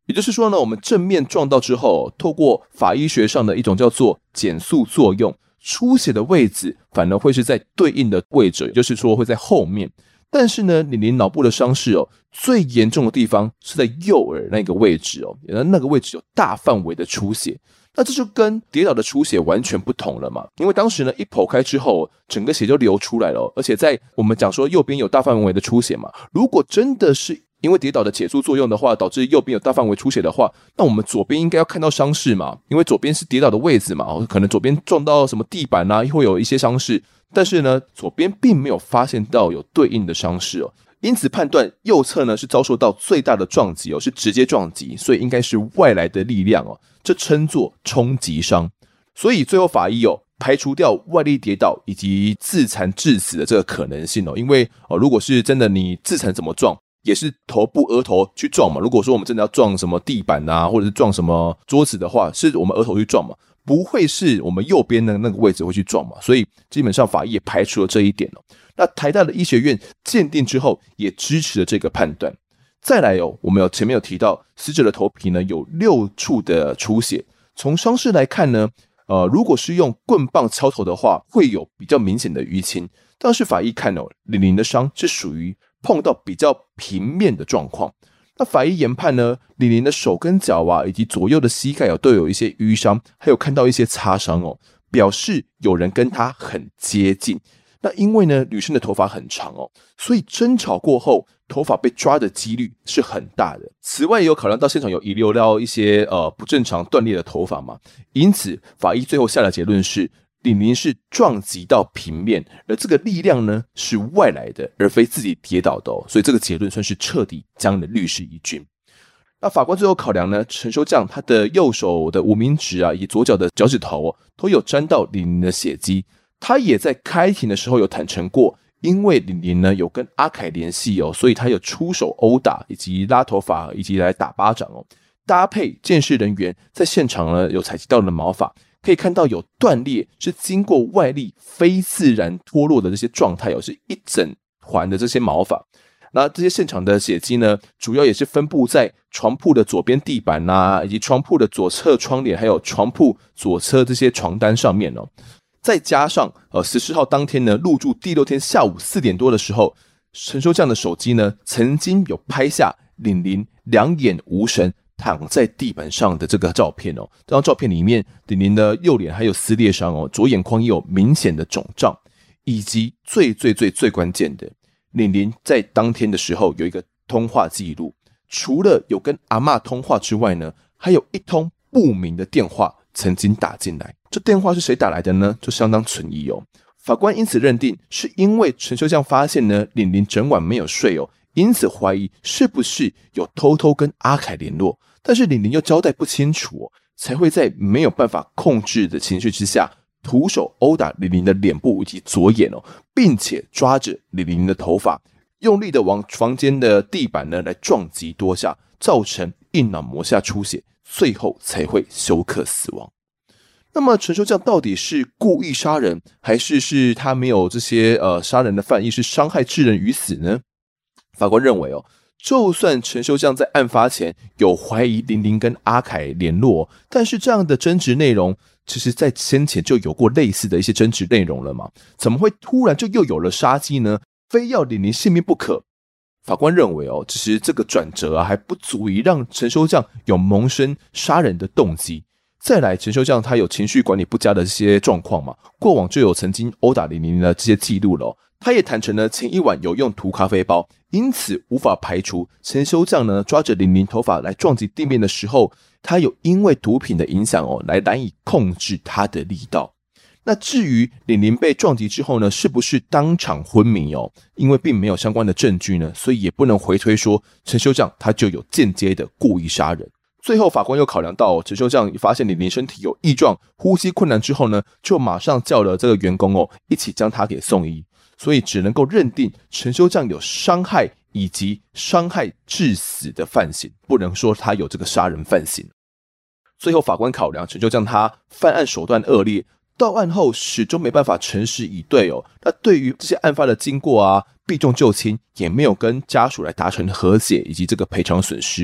也就是说呢，我们正面撞到之后，透过法医学上的一种叫做减速作用，出血的位置反而会是在对应的位置，也就是说会在后面。但是呢，李玲脑部的伤势最严重的地方是在右耳那个位置那个位置有大范围的出血。那这就跟跌倒的出血完全不同了嘛，因为当时呢一剖开之后，整个血就流出来了，而且在我们讲说右边有大范围的出血嘛，如果真的是因为跌倒的减速作用的话，导致右边有大范围出血的话，那我们左边应该要看到伤势嘛，因为左边是跌倒的位置嘛，可能左边撞到什么地板啊，会有一些伤势，但是呢，左边并没有发现到有对应的伤势因此判断右侧呢是遭受到最大的撞击是直接撞击，所以应该是外来的力量这称作冲击伤。所以最后法医排除掉外力跌倒以及自残致死的这个可能性因为如果是真的你自残怎么撞，也是头部额头去撞嘛，如果说我们真的要撞什么地板啊，或者是撞什么桌子的话，是我们额头去撞嘛，不会是我们右边的那个位置会去撞嘛，所以基本上法医也排除了这一点那台大的医学院鉴定之后也支持了这个判断。再来我们前面有提到死者的头皮呢有6处的出血，从伤势来看呢如果是用棍棒敲头的话，会有比较明显的淤青，但是法医看李玲的伤是属于碰到比较平面的状况。那法医研判呢，李玲的手跟脚以及左右的膝盖都有一些淤伤，还有看到一些擦伤表示有人跟她很接近。那因为呢，女生的头发很长所以争吵过后，头发被抓的几率是很大的。此外，也有考量到现场有遗留到一些不正常断裂的头发嘛，因此法医最后下的结论是，李玲是撞击到平面，而这个力量呢是外来的，而非自己跌倒的所以这个结论算是彻底将了律师一军。那法官最后考量呢，陈修将他的右手的无名指以及左脚的脚趾头都有沾到李玲的血迹。他也在开庭的时候有坦诚过，因为李玲呢有跟阿凯联系所以他有出手殴打以及拉头发以及来打巴掌搭配鉴识人员在现场呢有采集到的毛发，可以看到有断裂是经过外力非自然脱落的这些状态是一整团的这些毛发。那这些现场的血迹呢，主要也是分布在床铺的左边地板以及床铺的左侧窗帘，还有床铺左侧这些床单上面再加上14号当天呢，入住第6天下午4点多的时候，陈修将的手机呢曾经有拍下李玲两眼无神躺在地板上的这个照片这张照片里面，李玲的右脸还有撕裂伤左眼眶也有明显的肿胀，以及最关键的，李玲在当天的时候有一个通话记录，除了有跟阿嬷通话之外呢，还有一通不明的电话曾经打进来。这电话是谁打来的呢？就相当存疑法官因此认定是因为陈修将发现呢，李玲整晚没有睡因此怀疑是不是有偷偷跟阿凯联络，但是李玲又交代不清楚才会在没有办法控制的情绪之下，徒手殴打李玲的脸部以及左眼并且抓着李玲的头发，用力的往房间的地板呢来撞击多下，造成硬脑膜下出血，最后才会休克死亡。那么陈修将到底是故意杀人，还是他没有这些杀人的犯意，是伤害致人于死呢？法官认为就算陈修将在案发前有怀疑玲玲跟阿凯联络但是这样的争执内容其实在先前就有过类似的一些争执内容了嘛，怎么会突然就又有了杀机呢？非要玲玲性命不可？法官认为其实这个转折还不足以让陈修将有萌生杀人的动机。再来，陈修将他有情绪管理不佳的这些状况嘛，过往就有曾经殴打玲玲的这些记录了他也坦诚了前一晚有用涂咖啡包，因此无法排除陈修将呢抓着玲玲头发来撞击地面的时候，他有因为毒品的影响来难以控制他的力道。那至于玲玲被撞击之后呢，是不是当场昏迷因为并没有相关的证据呢，所以也不能回推说陈修将他就有间接的故意杀人。最后法官又考量到陈修将发现玲玲身体有异状，呼吸困难之后呢，就马上叫了这个员工一起将他给送医，所以只能够认定陈修将有伤害以及伤害致死的犯行，不能说他有这个杀人犯行。最后法官考量陈修将他犯案手段恶劣，到案后始终没办法诚实以对那对于这些案发的经过避重就轻，也没有跟家属来达成和解以及这个赔偿损失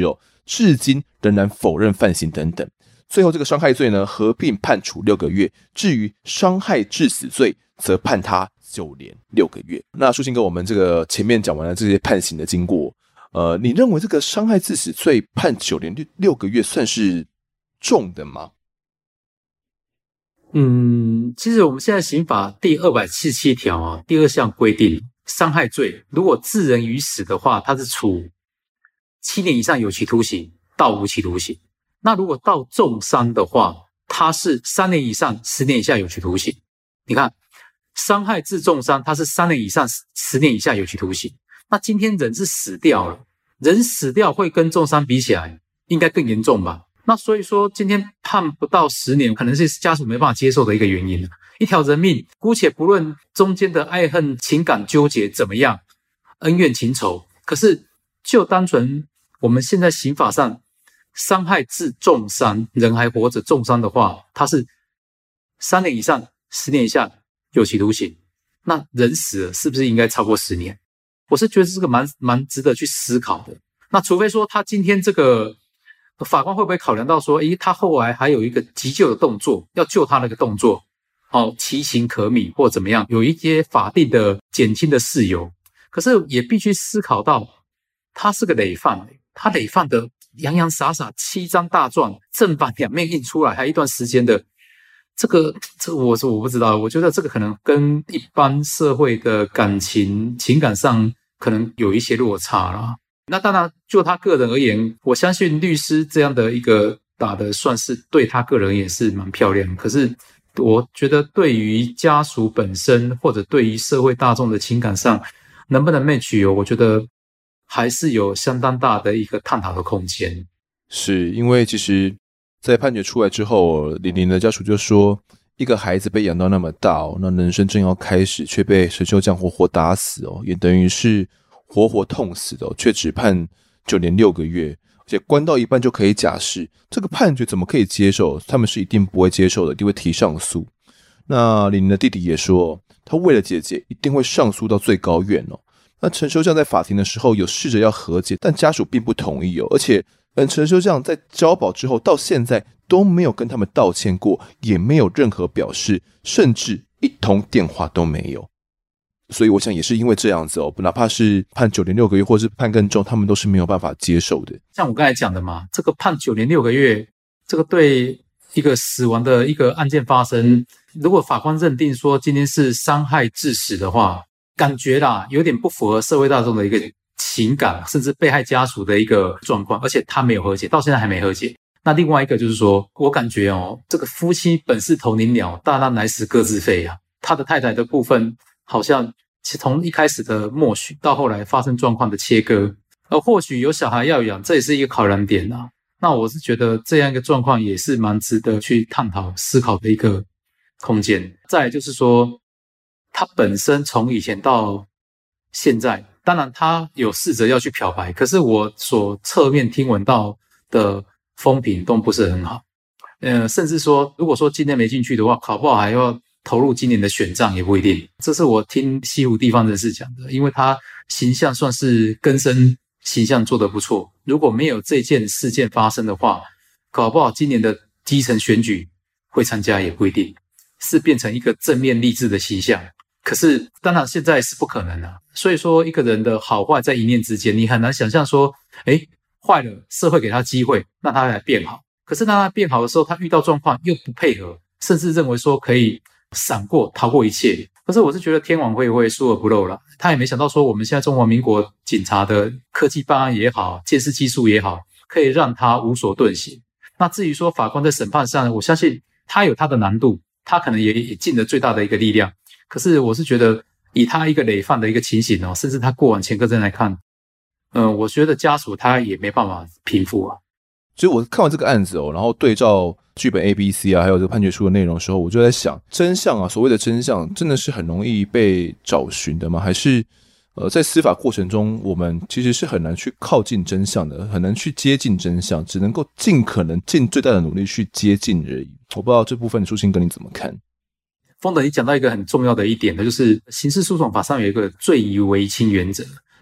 至今仍然否认犯行等等。最后这个伤害罪呢合并判处6个月，至于伤害致死罪则判他9年6个月。那书信哥，我们这个前面讲完了这些判刑的经过，你认为这个伤害致死罪判9年6个月算是重的吗？ 其实我们现在刑法第277条啊，第2项规定，伤害罪如果致人于死的话，它是处7年以上有期徒刑到无期徒刑。那如果到重伤的话，它是3年以上10年以下有期徒刑。你看，伤害致重伤，它是3年以上10年以下有期徒刑。那今天人是死掉了，人死掉会跟重伤比起来，应该更严重吧？那所以说，今天判不到10年，可能是家属没办法接受的一个原因。一条人命，姑且不论中间的爱恨情感纠结怎么样，恩怨情仇，可是就单纯我们现在刑法上，伤害致重伤，人还活着重伤的话，它是3年以上10年以下有期徒刑。那人死了是不是应该超过10年？我是觉得这个蛮值得去思考的。那除非说他今天这个法官会不会考量到说，他后来还有一个急救的动作，要救他那个动作，其情可悯或怎么样，有一些法定的减轻的事由。可是也必须思考到，他是个累犯，他累犯的洋洋洒洒7张大状，正反两面印出来，还有一段时间的，这个我不知道，我觉得这个可能跟一般社会的情感上可能有一些落差啦。那当然，就他个人而言，我相信律师这样的一个打的算是对他个人也是蛮漂亮。可是我觉得对于家属本身，或者对于社会大众的情感上，能不能 match 我觉得还是有相当大的一个探讨的空间。 是因为其实在判决出来之后，玲玲的家属就说，一个孩子被养到那么大那人生正要开始，却被陈秀将活活打死也等于是活活痛死的却只判9年6个月，而且关到一半就可以假释，这个判决怎么可以接受？他们是一定不会接受的，一定会提上诉。那玲玲的弟弟也说，他为了姐姐一定会上诉到最高院那陈修将在法庭的时候有试着要和解，但家属并不同意而且陈修将在交保之后到现在都没有跟他们道歉过，也没有任何表示，甚至一通电话都没有。所以我想也是因为这样子哪怕是判9年6个月或是判更重，他们都是没有办法接受的。 像我刚才讲的嘛，这个判9年6个月，这个对一个死亡的一个案件发生，如果法官认定说今天是伤害致死的话，感觉啦有点不符合社会大众的一个情感，甚至被害家属的一个状况，而且他没有和解，到现在还没和解。那另外一个就是说，我感觉这个夫妻本是同林鸟，大难来时各自飞啊。他的太太的部分好像从一开始的默许到后来发生状况的切割，而或许有小孩要养，这也是一个考量点啊。那我是觉得这样一个状况也是蛮值得去探讨思考的一个空间。再来就是说，他本身从以前到现在，当然他有试着要去漂白，可是我所侧面听闻到的风评都不是很好。甚至说如果说今天没进去的话，搞不好还要投入今年的选战也不一定。这是我听西湖地方人士讲的，因为他形象算是更生形象做得不错，如果没有这件事件发生的话，搞不好今年的基层选举会参加也不一定，是变成一个正面励志的形象。可是当然现在是不可能了，所以说一个人的好坏在一念之间，你很难想象说坏了社会给他机会让他来变好，可是当他变好的时候，他遇到状况又不配合，甚至认为说可以闪过逃过一切。可是我是觉得天网恢恢疏而不漏了，他也没想到说我们现在中华民国警察的科技办案也好，监视技术也好，可以让他无所遁形。那至于说法官在审判上，我相信他有他的难度，他可能也尽了最大的一个力量。可是我是觉得以他一个累犯的一个情形甚至他过往前科证来看，我觉得家属他也没办法平复啊。 所以我看完这个案子然后对照剧本 ABC 还有这个判决书的内容的时候，我就在想，真相所谓的真相真的是很容易被找寻的吗？还是在司法过程中我们其实是很难去靠近真相的，很难去接近真相，只能够尽可能尽最大的努力去接近而已。我不知道这部分书信哥你怎么看？ 丰德，你讲到一个很重要的一点的，就是刑事诉讼法上有一个罪疑为轻原则。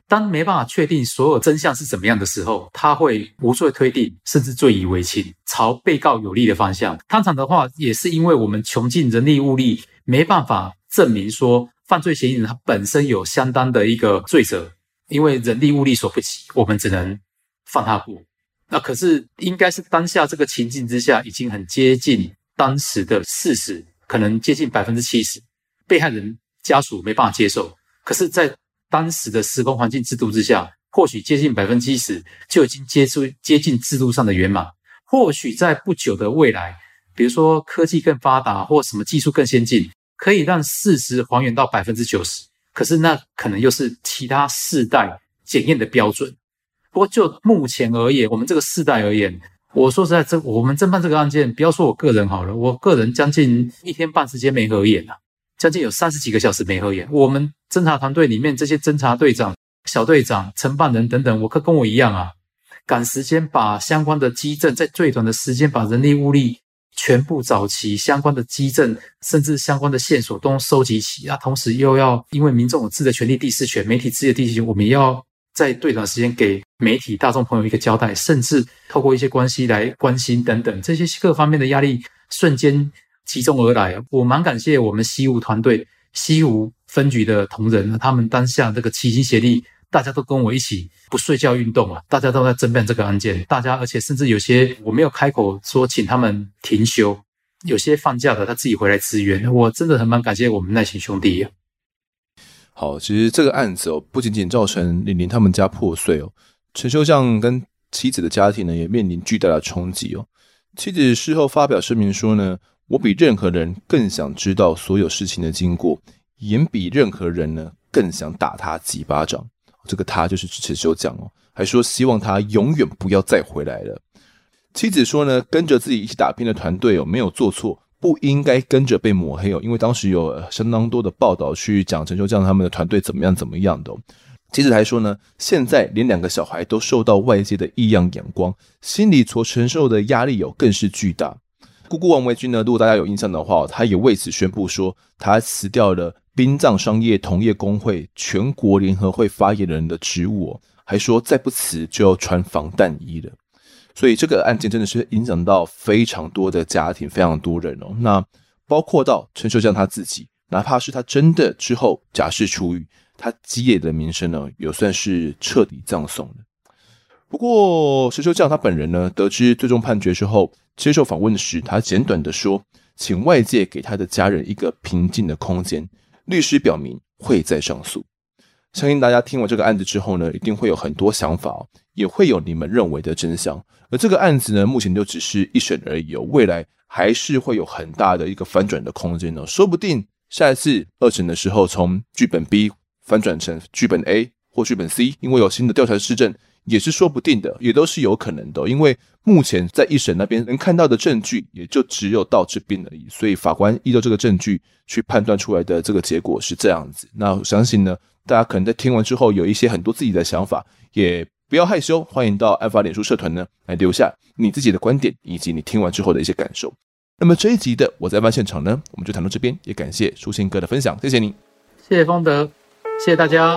当没办法确定所有真相是怎么样的时候，他会无罪推定，甚至罪以为轻，朝被告有利的方向。通常的话，也是因为我们穷尽人力物力，没办法证明说犯罪嫌疑人他本身有相当的一个罪责，因为人力物力所不及，我们只能放他过。那可是应该是当下这个情境之下，已经很接近当时的事实，可能接近 70%， 被害人家属没办法接受。可是在当时的时空环境制度之下，或许接近 70% 就已经接近制度上的圆满。或许在不久的未来，比如说科技更发达或什么技术更先进，可以让事实还原到 90%， 可是那可能又是其他世代检验的标准。不过就目前而言，我们这个世代而言，我说实在，我们侦办这个案件，不要说我个人好了，我个人将近1天半时间没合眼啊，将近有30几个小时没合眼。我们侦查团队里面这些侦查队长、小队长、承办人等等，跟我一样啊，赶时间把相关的基证在最短的时间把人力物力全部找齐，相关的基证甚至相关的线索都收集齐啊，同时又要因为民众有自的权利第4权，媒体自的第4权，我们也要在最短时间给媒体大众朋友一个交代，甚至透过一些关系来关心等等，这些各方面的压力瞬间集中而来。我蛮感谢我们西湖团队、西湖分局的同仁，他们当下这个齐心协力，大家都跟我一起不睡觉运动啊，大家都在侦办这个案件，大家而且甚至有些我没有开口说请他们停休，有些放假的他自己回来支援，我真的很蛮感谢我们耐心兄弟啊。 好，其实这个案子不仅仅造成玲玲他们家破碎陈修将跟妻子的家庭呢也面临巨大的冲击妻子事后发表声明说呢，我比任何人更想知道所有事情的经过，也比任何人呢更想打他几巴掌。这个他就是陈修将还说希望他永远不要再回来了。妻子说呢，跟着自己一起打拼的团队没有做错，不应该跟着被抹黑因为当时有相当多的报道去讲陈修将他们的团队怎么样的妻子还说呢，现在连2个小孩都受到外界的异样眼光，心里所承受的压力更是巨大。姑姑王维君呢，如果大家有印象的话，他也为此宣布说，他辞掉了殡葬商业同业工会全国联合会发言人的职务还说再不辞就要穿防弹衣了。所以这个案件真的是影响到非常多的家庭，非常多人那包括到陈修将他自己，哪怕是他真的之后假释出狱，他积累的名声也算是彻底葬送了。不过陈修将他本人呢，得知最终判决之后，接受访问时，他简短的说，请外界给他的家人一个平静的空间，律师表明会再上诉。相信大家听完这个案子之后呢，一定会有很多想法也会有你们认为的真相。而这个案子呢，目前就只是一审而已未来还是会有很大的一个翻转的空间说不定下一次2审的时候，从剧本 B 翻转成剧本 A 或剧本 C， 因为有新的调查事证，也是说不定的，也都是有可能的因为目前在1审那边能看到的证据也就只有到这边而已，所以法官依照这个证据去判断出来的这个结果是这样子。那我相信呢，大家可能在听完之后有一些很多自己的想法，也不要害羞，欢迎到案发脸书社团呢来留下你自己的观点以及你听完之后的一些感受。那么这一集的我在案发现场呢，我们就谈到这边，也感谢书信哥的分享，谢谢你。 谢谢丰德，谢谢大家。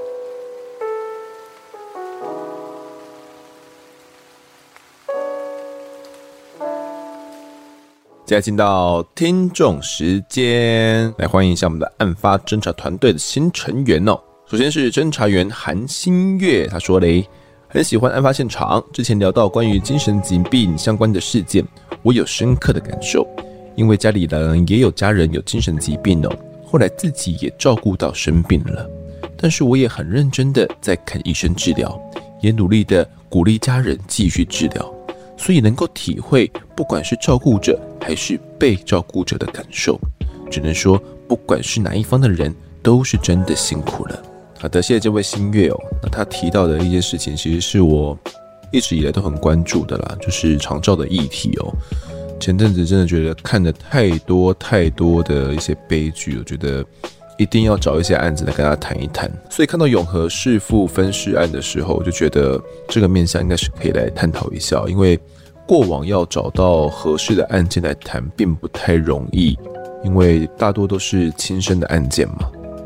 接下来进到听众时间，来欢迎一下我们的案发侦查团队的新成员首先是侦查员韩新月，他说嘞，很喜欢案发现场，之前聊到关于精神疾病相关的事件，我有深刻的感受，因为家里人也有家人有精神疾病后来自己也照顾到生病了，但是我也很认真的在看医生治疗，也努力的鼓励家人继续治疗，所以能够体会不管是照顾者还是被照顾者的感受，只能说不管是哪一方的人都是真的辛苦了。好的，谢谢这位新月那他提到的一件事情其实是我一直以来都很关注的啦，就是长照的议题前阵子真的觉得看了太多的一些悲剧，我觉得一定要找一些案子来跟他谈一谈。所以看到永和弑父分尸案的时候，我就觉得这个面向应该是可以来探讨一下，因为过往要找到合适的案件来谈并不太容易，因为大多都是亲生的案件嘛。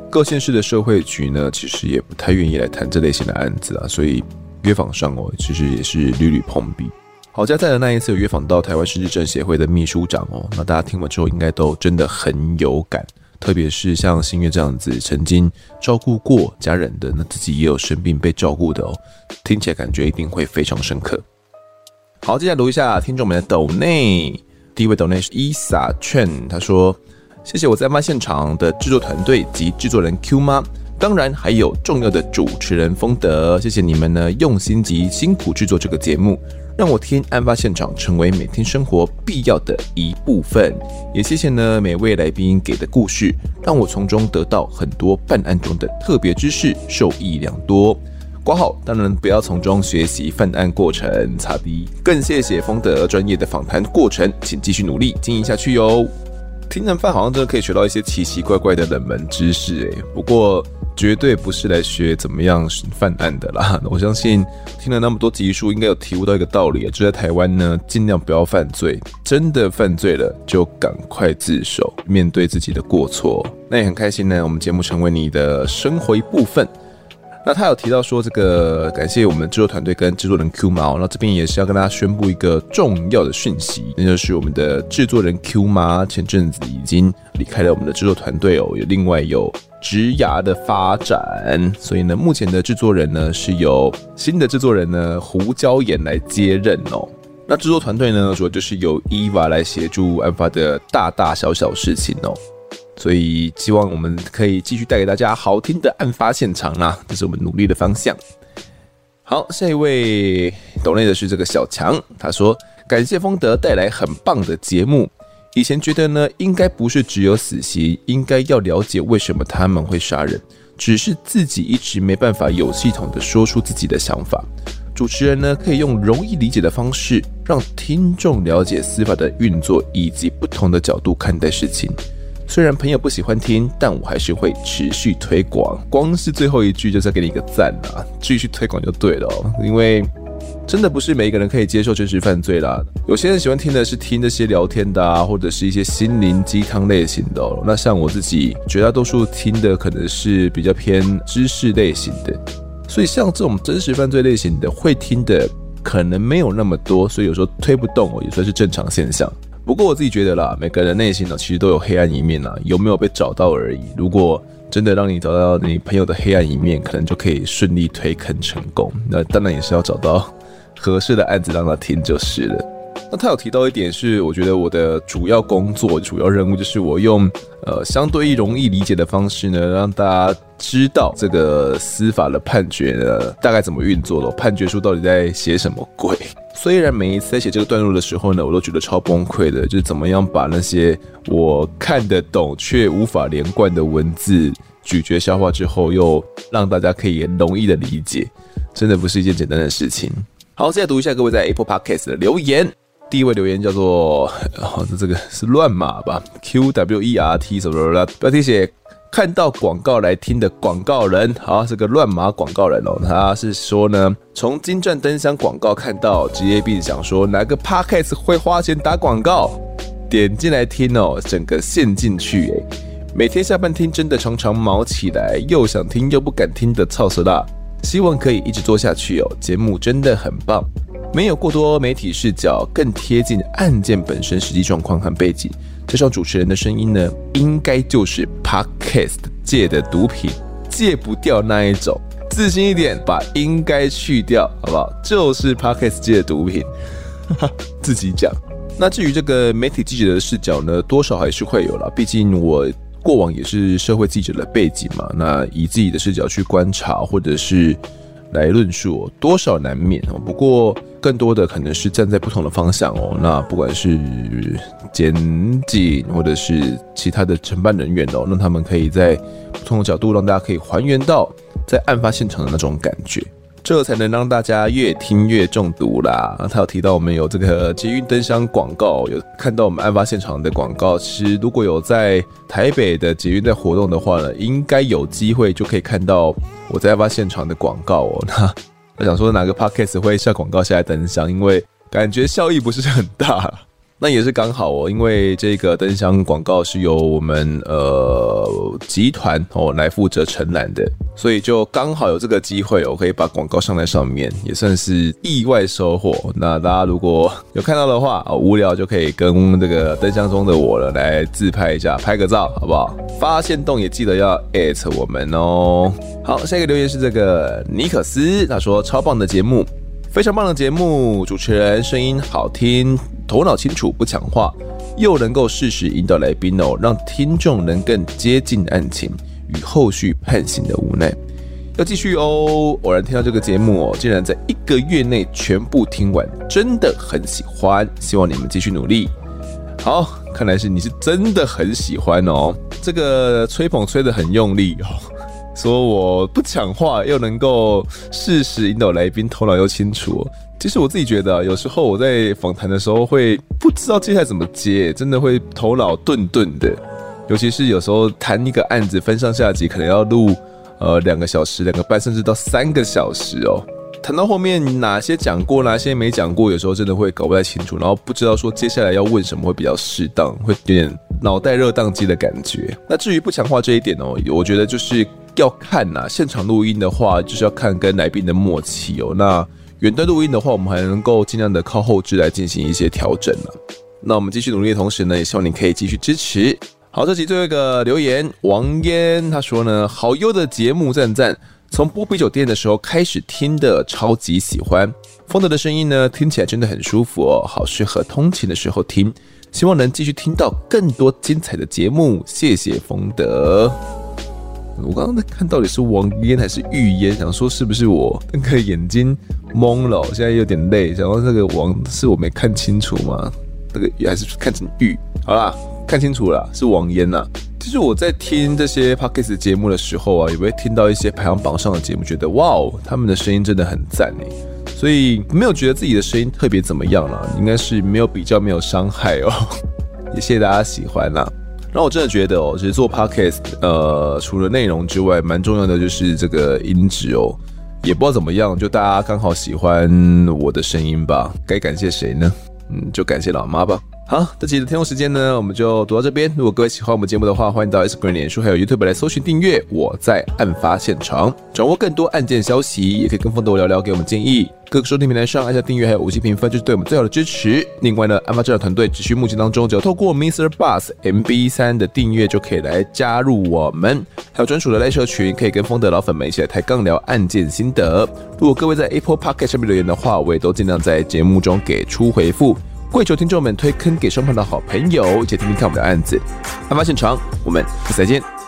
各县市的社会局呢，其实也不太愿意来谈这类型的案子啊，所以约访上其实也是屡屡碰壁。好家在的那一次有约访到台湾失智症协会的秘书长那大家听完之后应该都真的很有感，特别是像新月这样子曾经照顾过家人的，那自己也有生病被照顾的听起来感觉一定会非常深刻。好，接下来读一下听众们的抖内。第一位抖内是伊萨劝，他说：谢谢我在案发现场的制作团队及制作人 Q 妈，当然还有重要的主持人丰德，谢谢你们呢用心及辛苦制作这个节目，让我听案发现场成为每天生活必要的一部分。也谢谢呢每位来宾给的故事，让我从中得到很多办案中的特别知识，受益良多。括号当然不要从中学习犯案过程，擦滴。更谢谢丰德专业的访谈过程，请继续努力经营下去哟。听人犯好像真的可以学到一些奇奇怪怪的冷门知识不过绝对不是来学怎么样犯案的啦。我相信听了那么多集数，应该有体悟到一个道理，就在台湾呢，尽量不要犯罪，真的犯罪了就赶快自首，面对自己的过错。那也很开心呢，我们节目成为你的生活一部分。那他有提到说，这个感谢我们制作团队跟制作人 Q 妈，那这边也是要跟大家宣布一个重要的讯息，那就是我们的制作人 Q 妈前阵子已经离开了我们的制作团队另外有职涯的发展，所以呢，目前的制作人呢是由新的制作人呢胡椒盐来接任那制作团队呢，主要就是由 Eva 来协助案发的大大小小事情所以希望我们可以继续带给大家好听的案发现场啦，这是我们努力的方向。好，下一位抖内的是这个小强，他说感谢丰德带来很棒的节目。以前觉得呢，应该不是只有死刑，应该要了解为什么他们会杀人，只是自己一直没办法有系统的说出自己的想法。主持人呢，可以用容易理解的方式，让听众了解司法的运作以及不同的角度看待事情。虽然朋友不喜欢听，但我还是会持续推广。光是最后一句就是要给你一个赞啦，继续推广就对了因为真的不是每一个人可以接受真实犯罪啦。有些人喜欢听的是听那些聊天的或者是一些心灵鸡汤类型的那像我自己绝大多数听的可能是比较偏知识类型的，所以像这种真实犯罪类型的会听的可能没有那么多，所以有时候推不动也算是正常现象。不过我自己觉得啦，每个人内心其实都有黑暗一面有没有被找到而已。如果真的让你找到你朋友的黑暗一面，可能就可以顺利推坑成功。那当然也是要找到合适的案子让他听就是了。那他有提到一点是，我觉得我的主要工作、主要任务就是我用相对容易理解的方式呢，让大家知道这个司法的判决呢大概怎么运作的，判决书到底在写什么鬼。虽然每一次在写这个段落的时候呢，我都觉得超崩溃的，就是怎么样把那些我看得懂却无法连贯的文字咀嚼消化之后，又让大家可以容易的理解，真的不是一件简单的事情。好，现在读一下各位在 Apple Podcast 的留言。第一位留言叫做这个是乱码吧 QWERT 什么的，标题写看到广告来听的广告人。好，这个乱码广告人他是说呢，从金钻灯箱广告看到职业病，想说哪个 podcast 会花钱打广告，点进来听整个陷进去每天下班听真的常常毛起来，又想听又不敢听的操死啦。希望可以一直做下去节目真的很棒，没有过多媒体视角，更贴近案件本身实际状况和背景，加上主持人的声音呢，应该就是 Podcast 界的毒品，戒不掉那一种。自信一点，把应该去掉，好不好？就是 Podcast 界的毒品，自己讲。那至于这个媒体记者的视角呢，多少还是会有啦，毕竟我过往也是社会记者的背景嘛，那以自己的视角去观察或者是来论述多少难免不过更多的可能是站在不同的方向那不管是检警或者是其他的承办人员让他们可以在不同的角度让大家可以还原到在案发现场的那种感觉，这才能让大家越听越中毒啦。他有提到我们有这个捷运灯箱广告，有看到我们案发现场的广告。其实如果有在台北的捷运在活动的话呢，应该有机会就可以看到我在案发现场的广告那我想说哪个 podcast 会下广告下来灯箱，因为感觉效益不是很大。 那也是刚好因为这个灯箱广告是由我们集团来负责承揽的，所以就刚好有这个机会可以把广告上在上面，也算是意外收获。那大家如果有看到的话，无聊就可以跟这个灯箱中的我了来自拍一下，拍个照好不好？发现动也记得要 at 我们哦。好，下一个留言是这个尼可斯，他说超棒的节目。非常棒的节目，主持人声音好听，头脑清楚不强化，又能够适时引导来宾让听众能更接近案情与后续判刑的无奈。要继续哦！偶然听到这个节目竟然在1个月内全部听完，真的很喜欢，希望你们继续努力。好，看来是你是真的很喜欢哦，这个吹捧吹得很用力说我不讲话又能够适时引导来宾，头脑又清楚其实我自己觉得有时候我在访谈的时候会不知道接下来怎么接，真的会头脑顿顿的。尤其是有时候谈一个案子分上下集，可能要录2个小时、2个半，甚至到3个小时谈到后面哪些讲过，哪些没讲过，有时候真的会搞不太清楚，然后不知道说接下来要问什么会比较适当，会有点脑袋热宕机的感觉。那至于不强化这一点我觉得就是要看现场录音的话，就是要看跟来宾的默契那远端录音的话，我们还能够尽量的靠后置来进行一些调整那我们继续努力的同时呢，也希望你可以继续支持。好，这集最后一个留言，王嫣他说呢，好优的节目赞赞，从播啤酒店的时候开始听的，超级喜欢。丰德的声音呢，听起来真的很舒服好适合通勤的时候听。希望能继续听到更多精彩的节目，谢谢丰德。我刚刚在看到底是王嫣还是玉嫣，想说是不是我那个眼睛懵了现在有点累，想说这个王是我没看清楚吗？这个还是看成玉？好啦，看清楚了，是王嫣啦。其实我在听这些 podcast 节目的时候也会听到一些排行榜上的节目，觉得哇他们的声音真的很赞所以没有觉得自己的声音特别怎么样啦，应该是没有比较，没有伤害也谢谢大家喜欢啦。然后我真的觉得其实做 podcast 除了内容之外，蛮重要的就是这个音质也不知道怎么样，就大家刚好喜欢我的声音吧，该感谢谁呢？就感谢老妈吧。好，这期的天空时间呢，我们就读到这边。如果各位喜欢我们节目的话，欢迎到 Instagram、脸书还有 YouTube 来搜寻订阅我在案发现场，掌握更多案件消息，也可以跟丰德我聊聊，给我们建议。各个收听平台上按下订阅还有5星评分，就是对我们最好的支持。另外呢，案发侦查团队持续募集当中，只要透过 Mr. Bus MB3 的订阅就可以来加入我们，还有专属的赖社群，可以跟丰德老粉们一起来抬杠聊案件心得。如果各位在 Apple Podcast 上面留言的话，我也都尽量在节目中给出回复。跪求听众们推坑给身旁的好朋友，一起听听看我们的案子。案发现场，我们下次再见。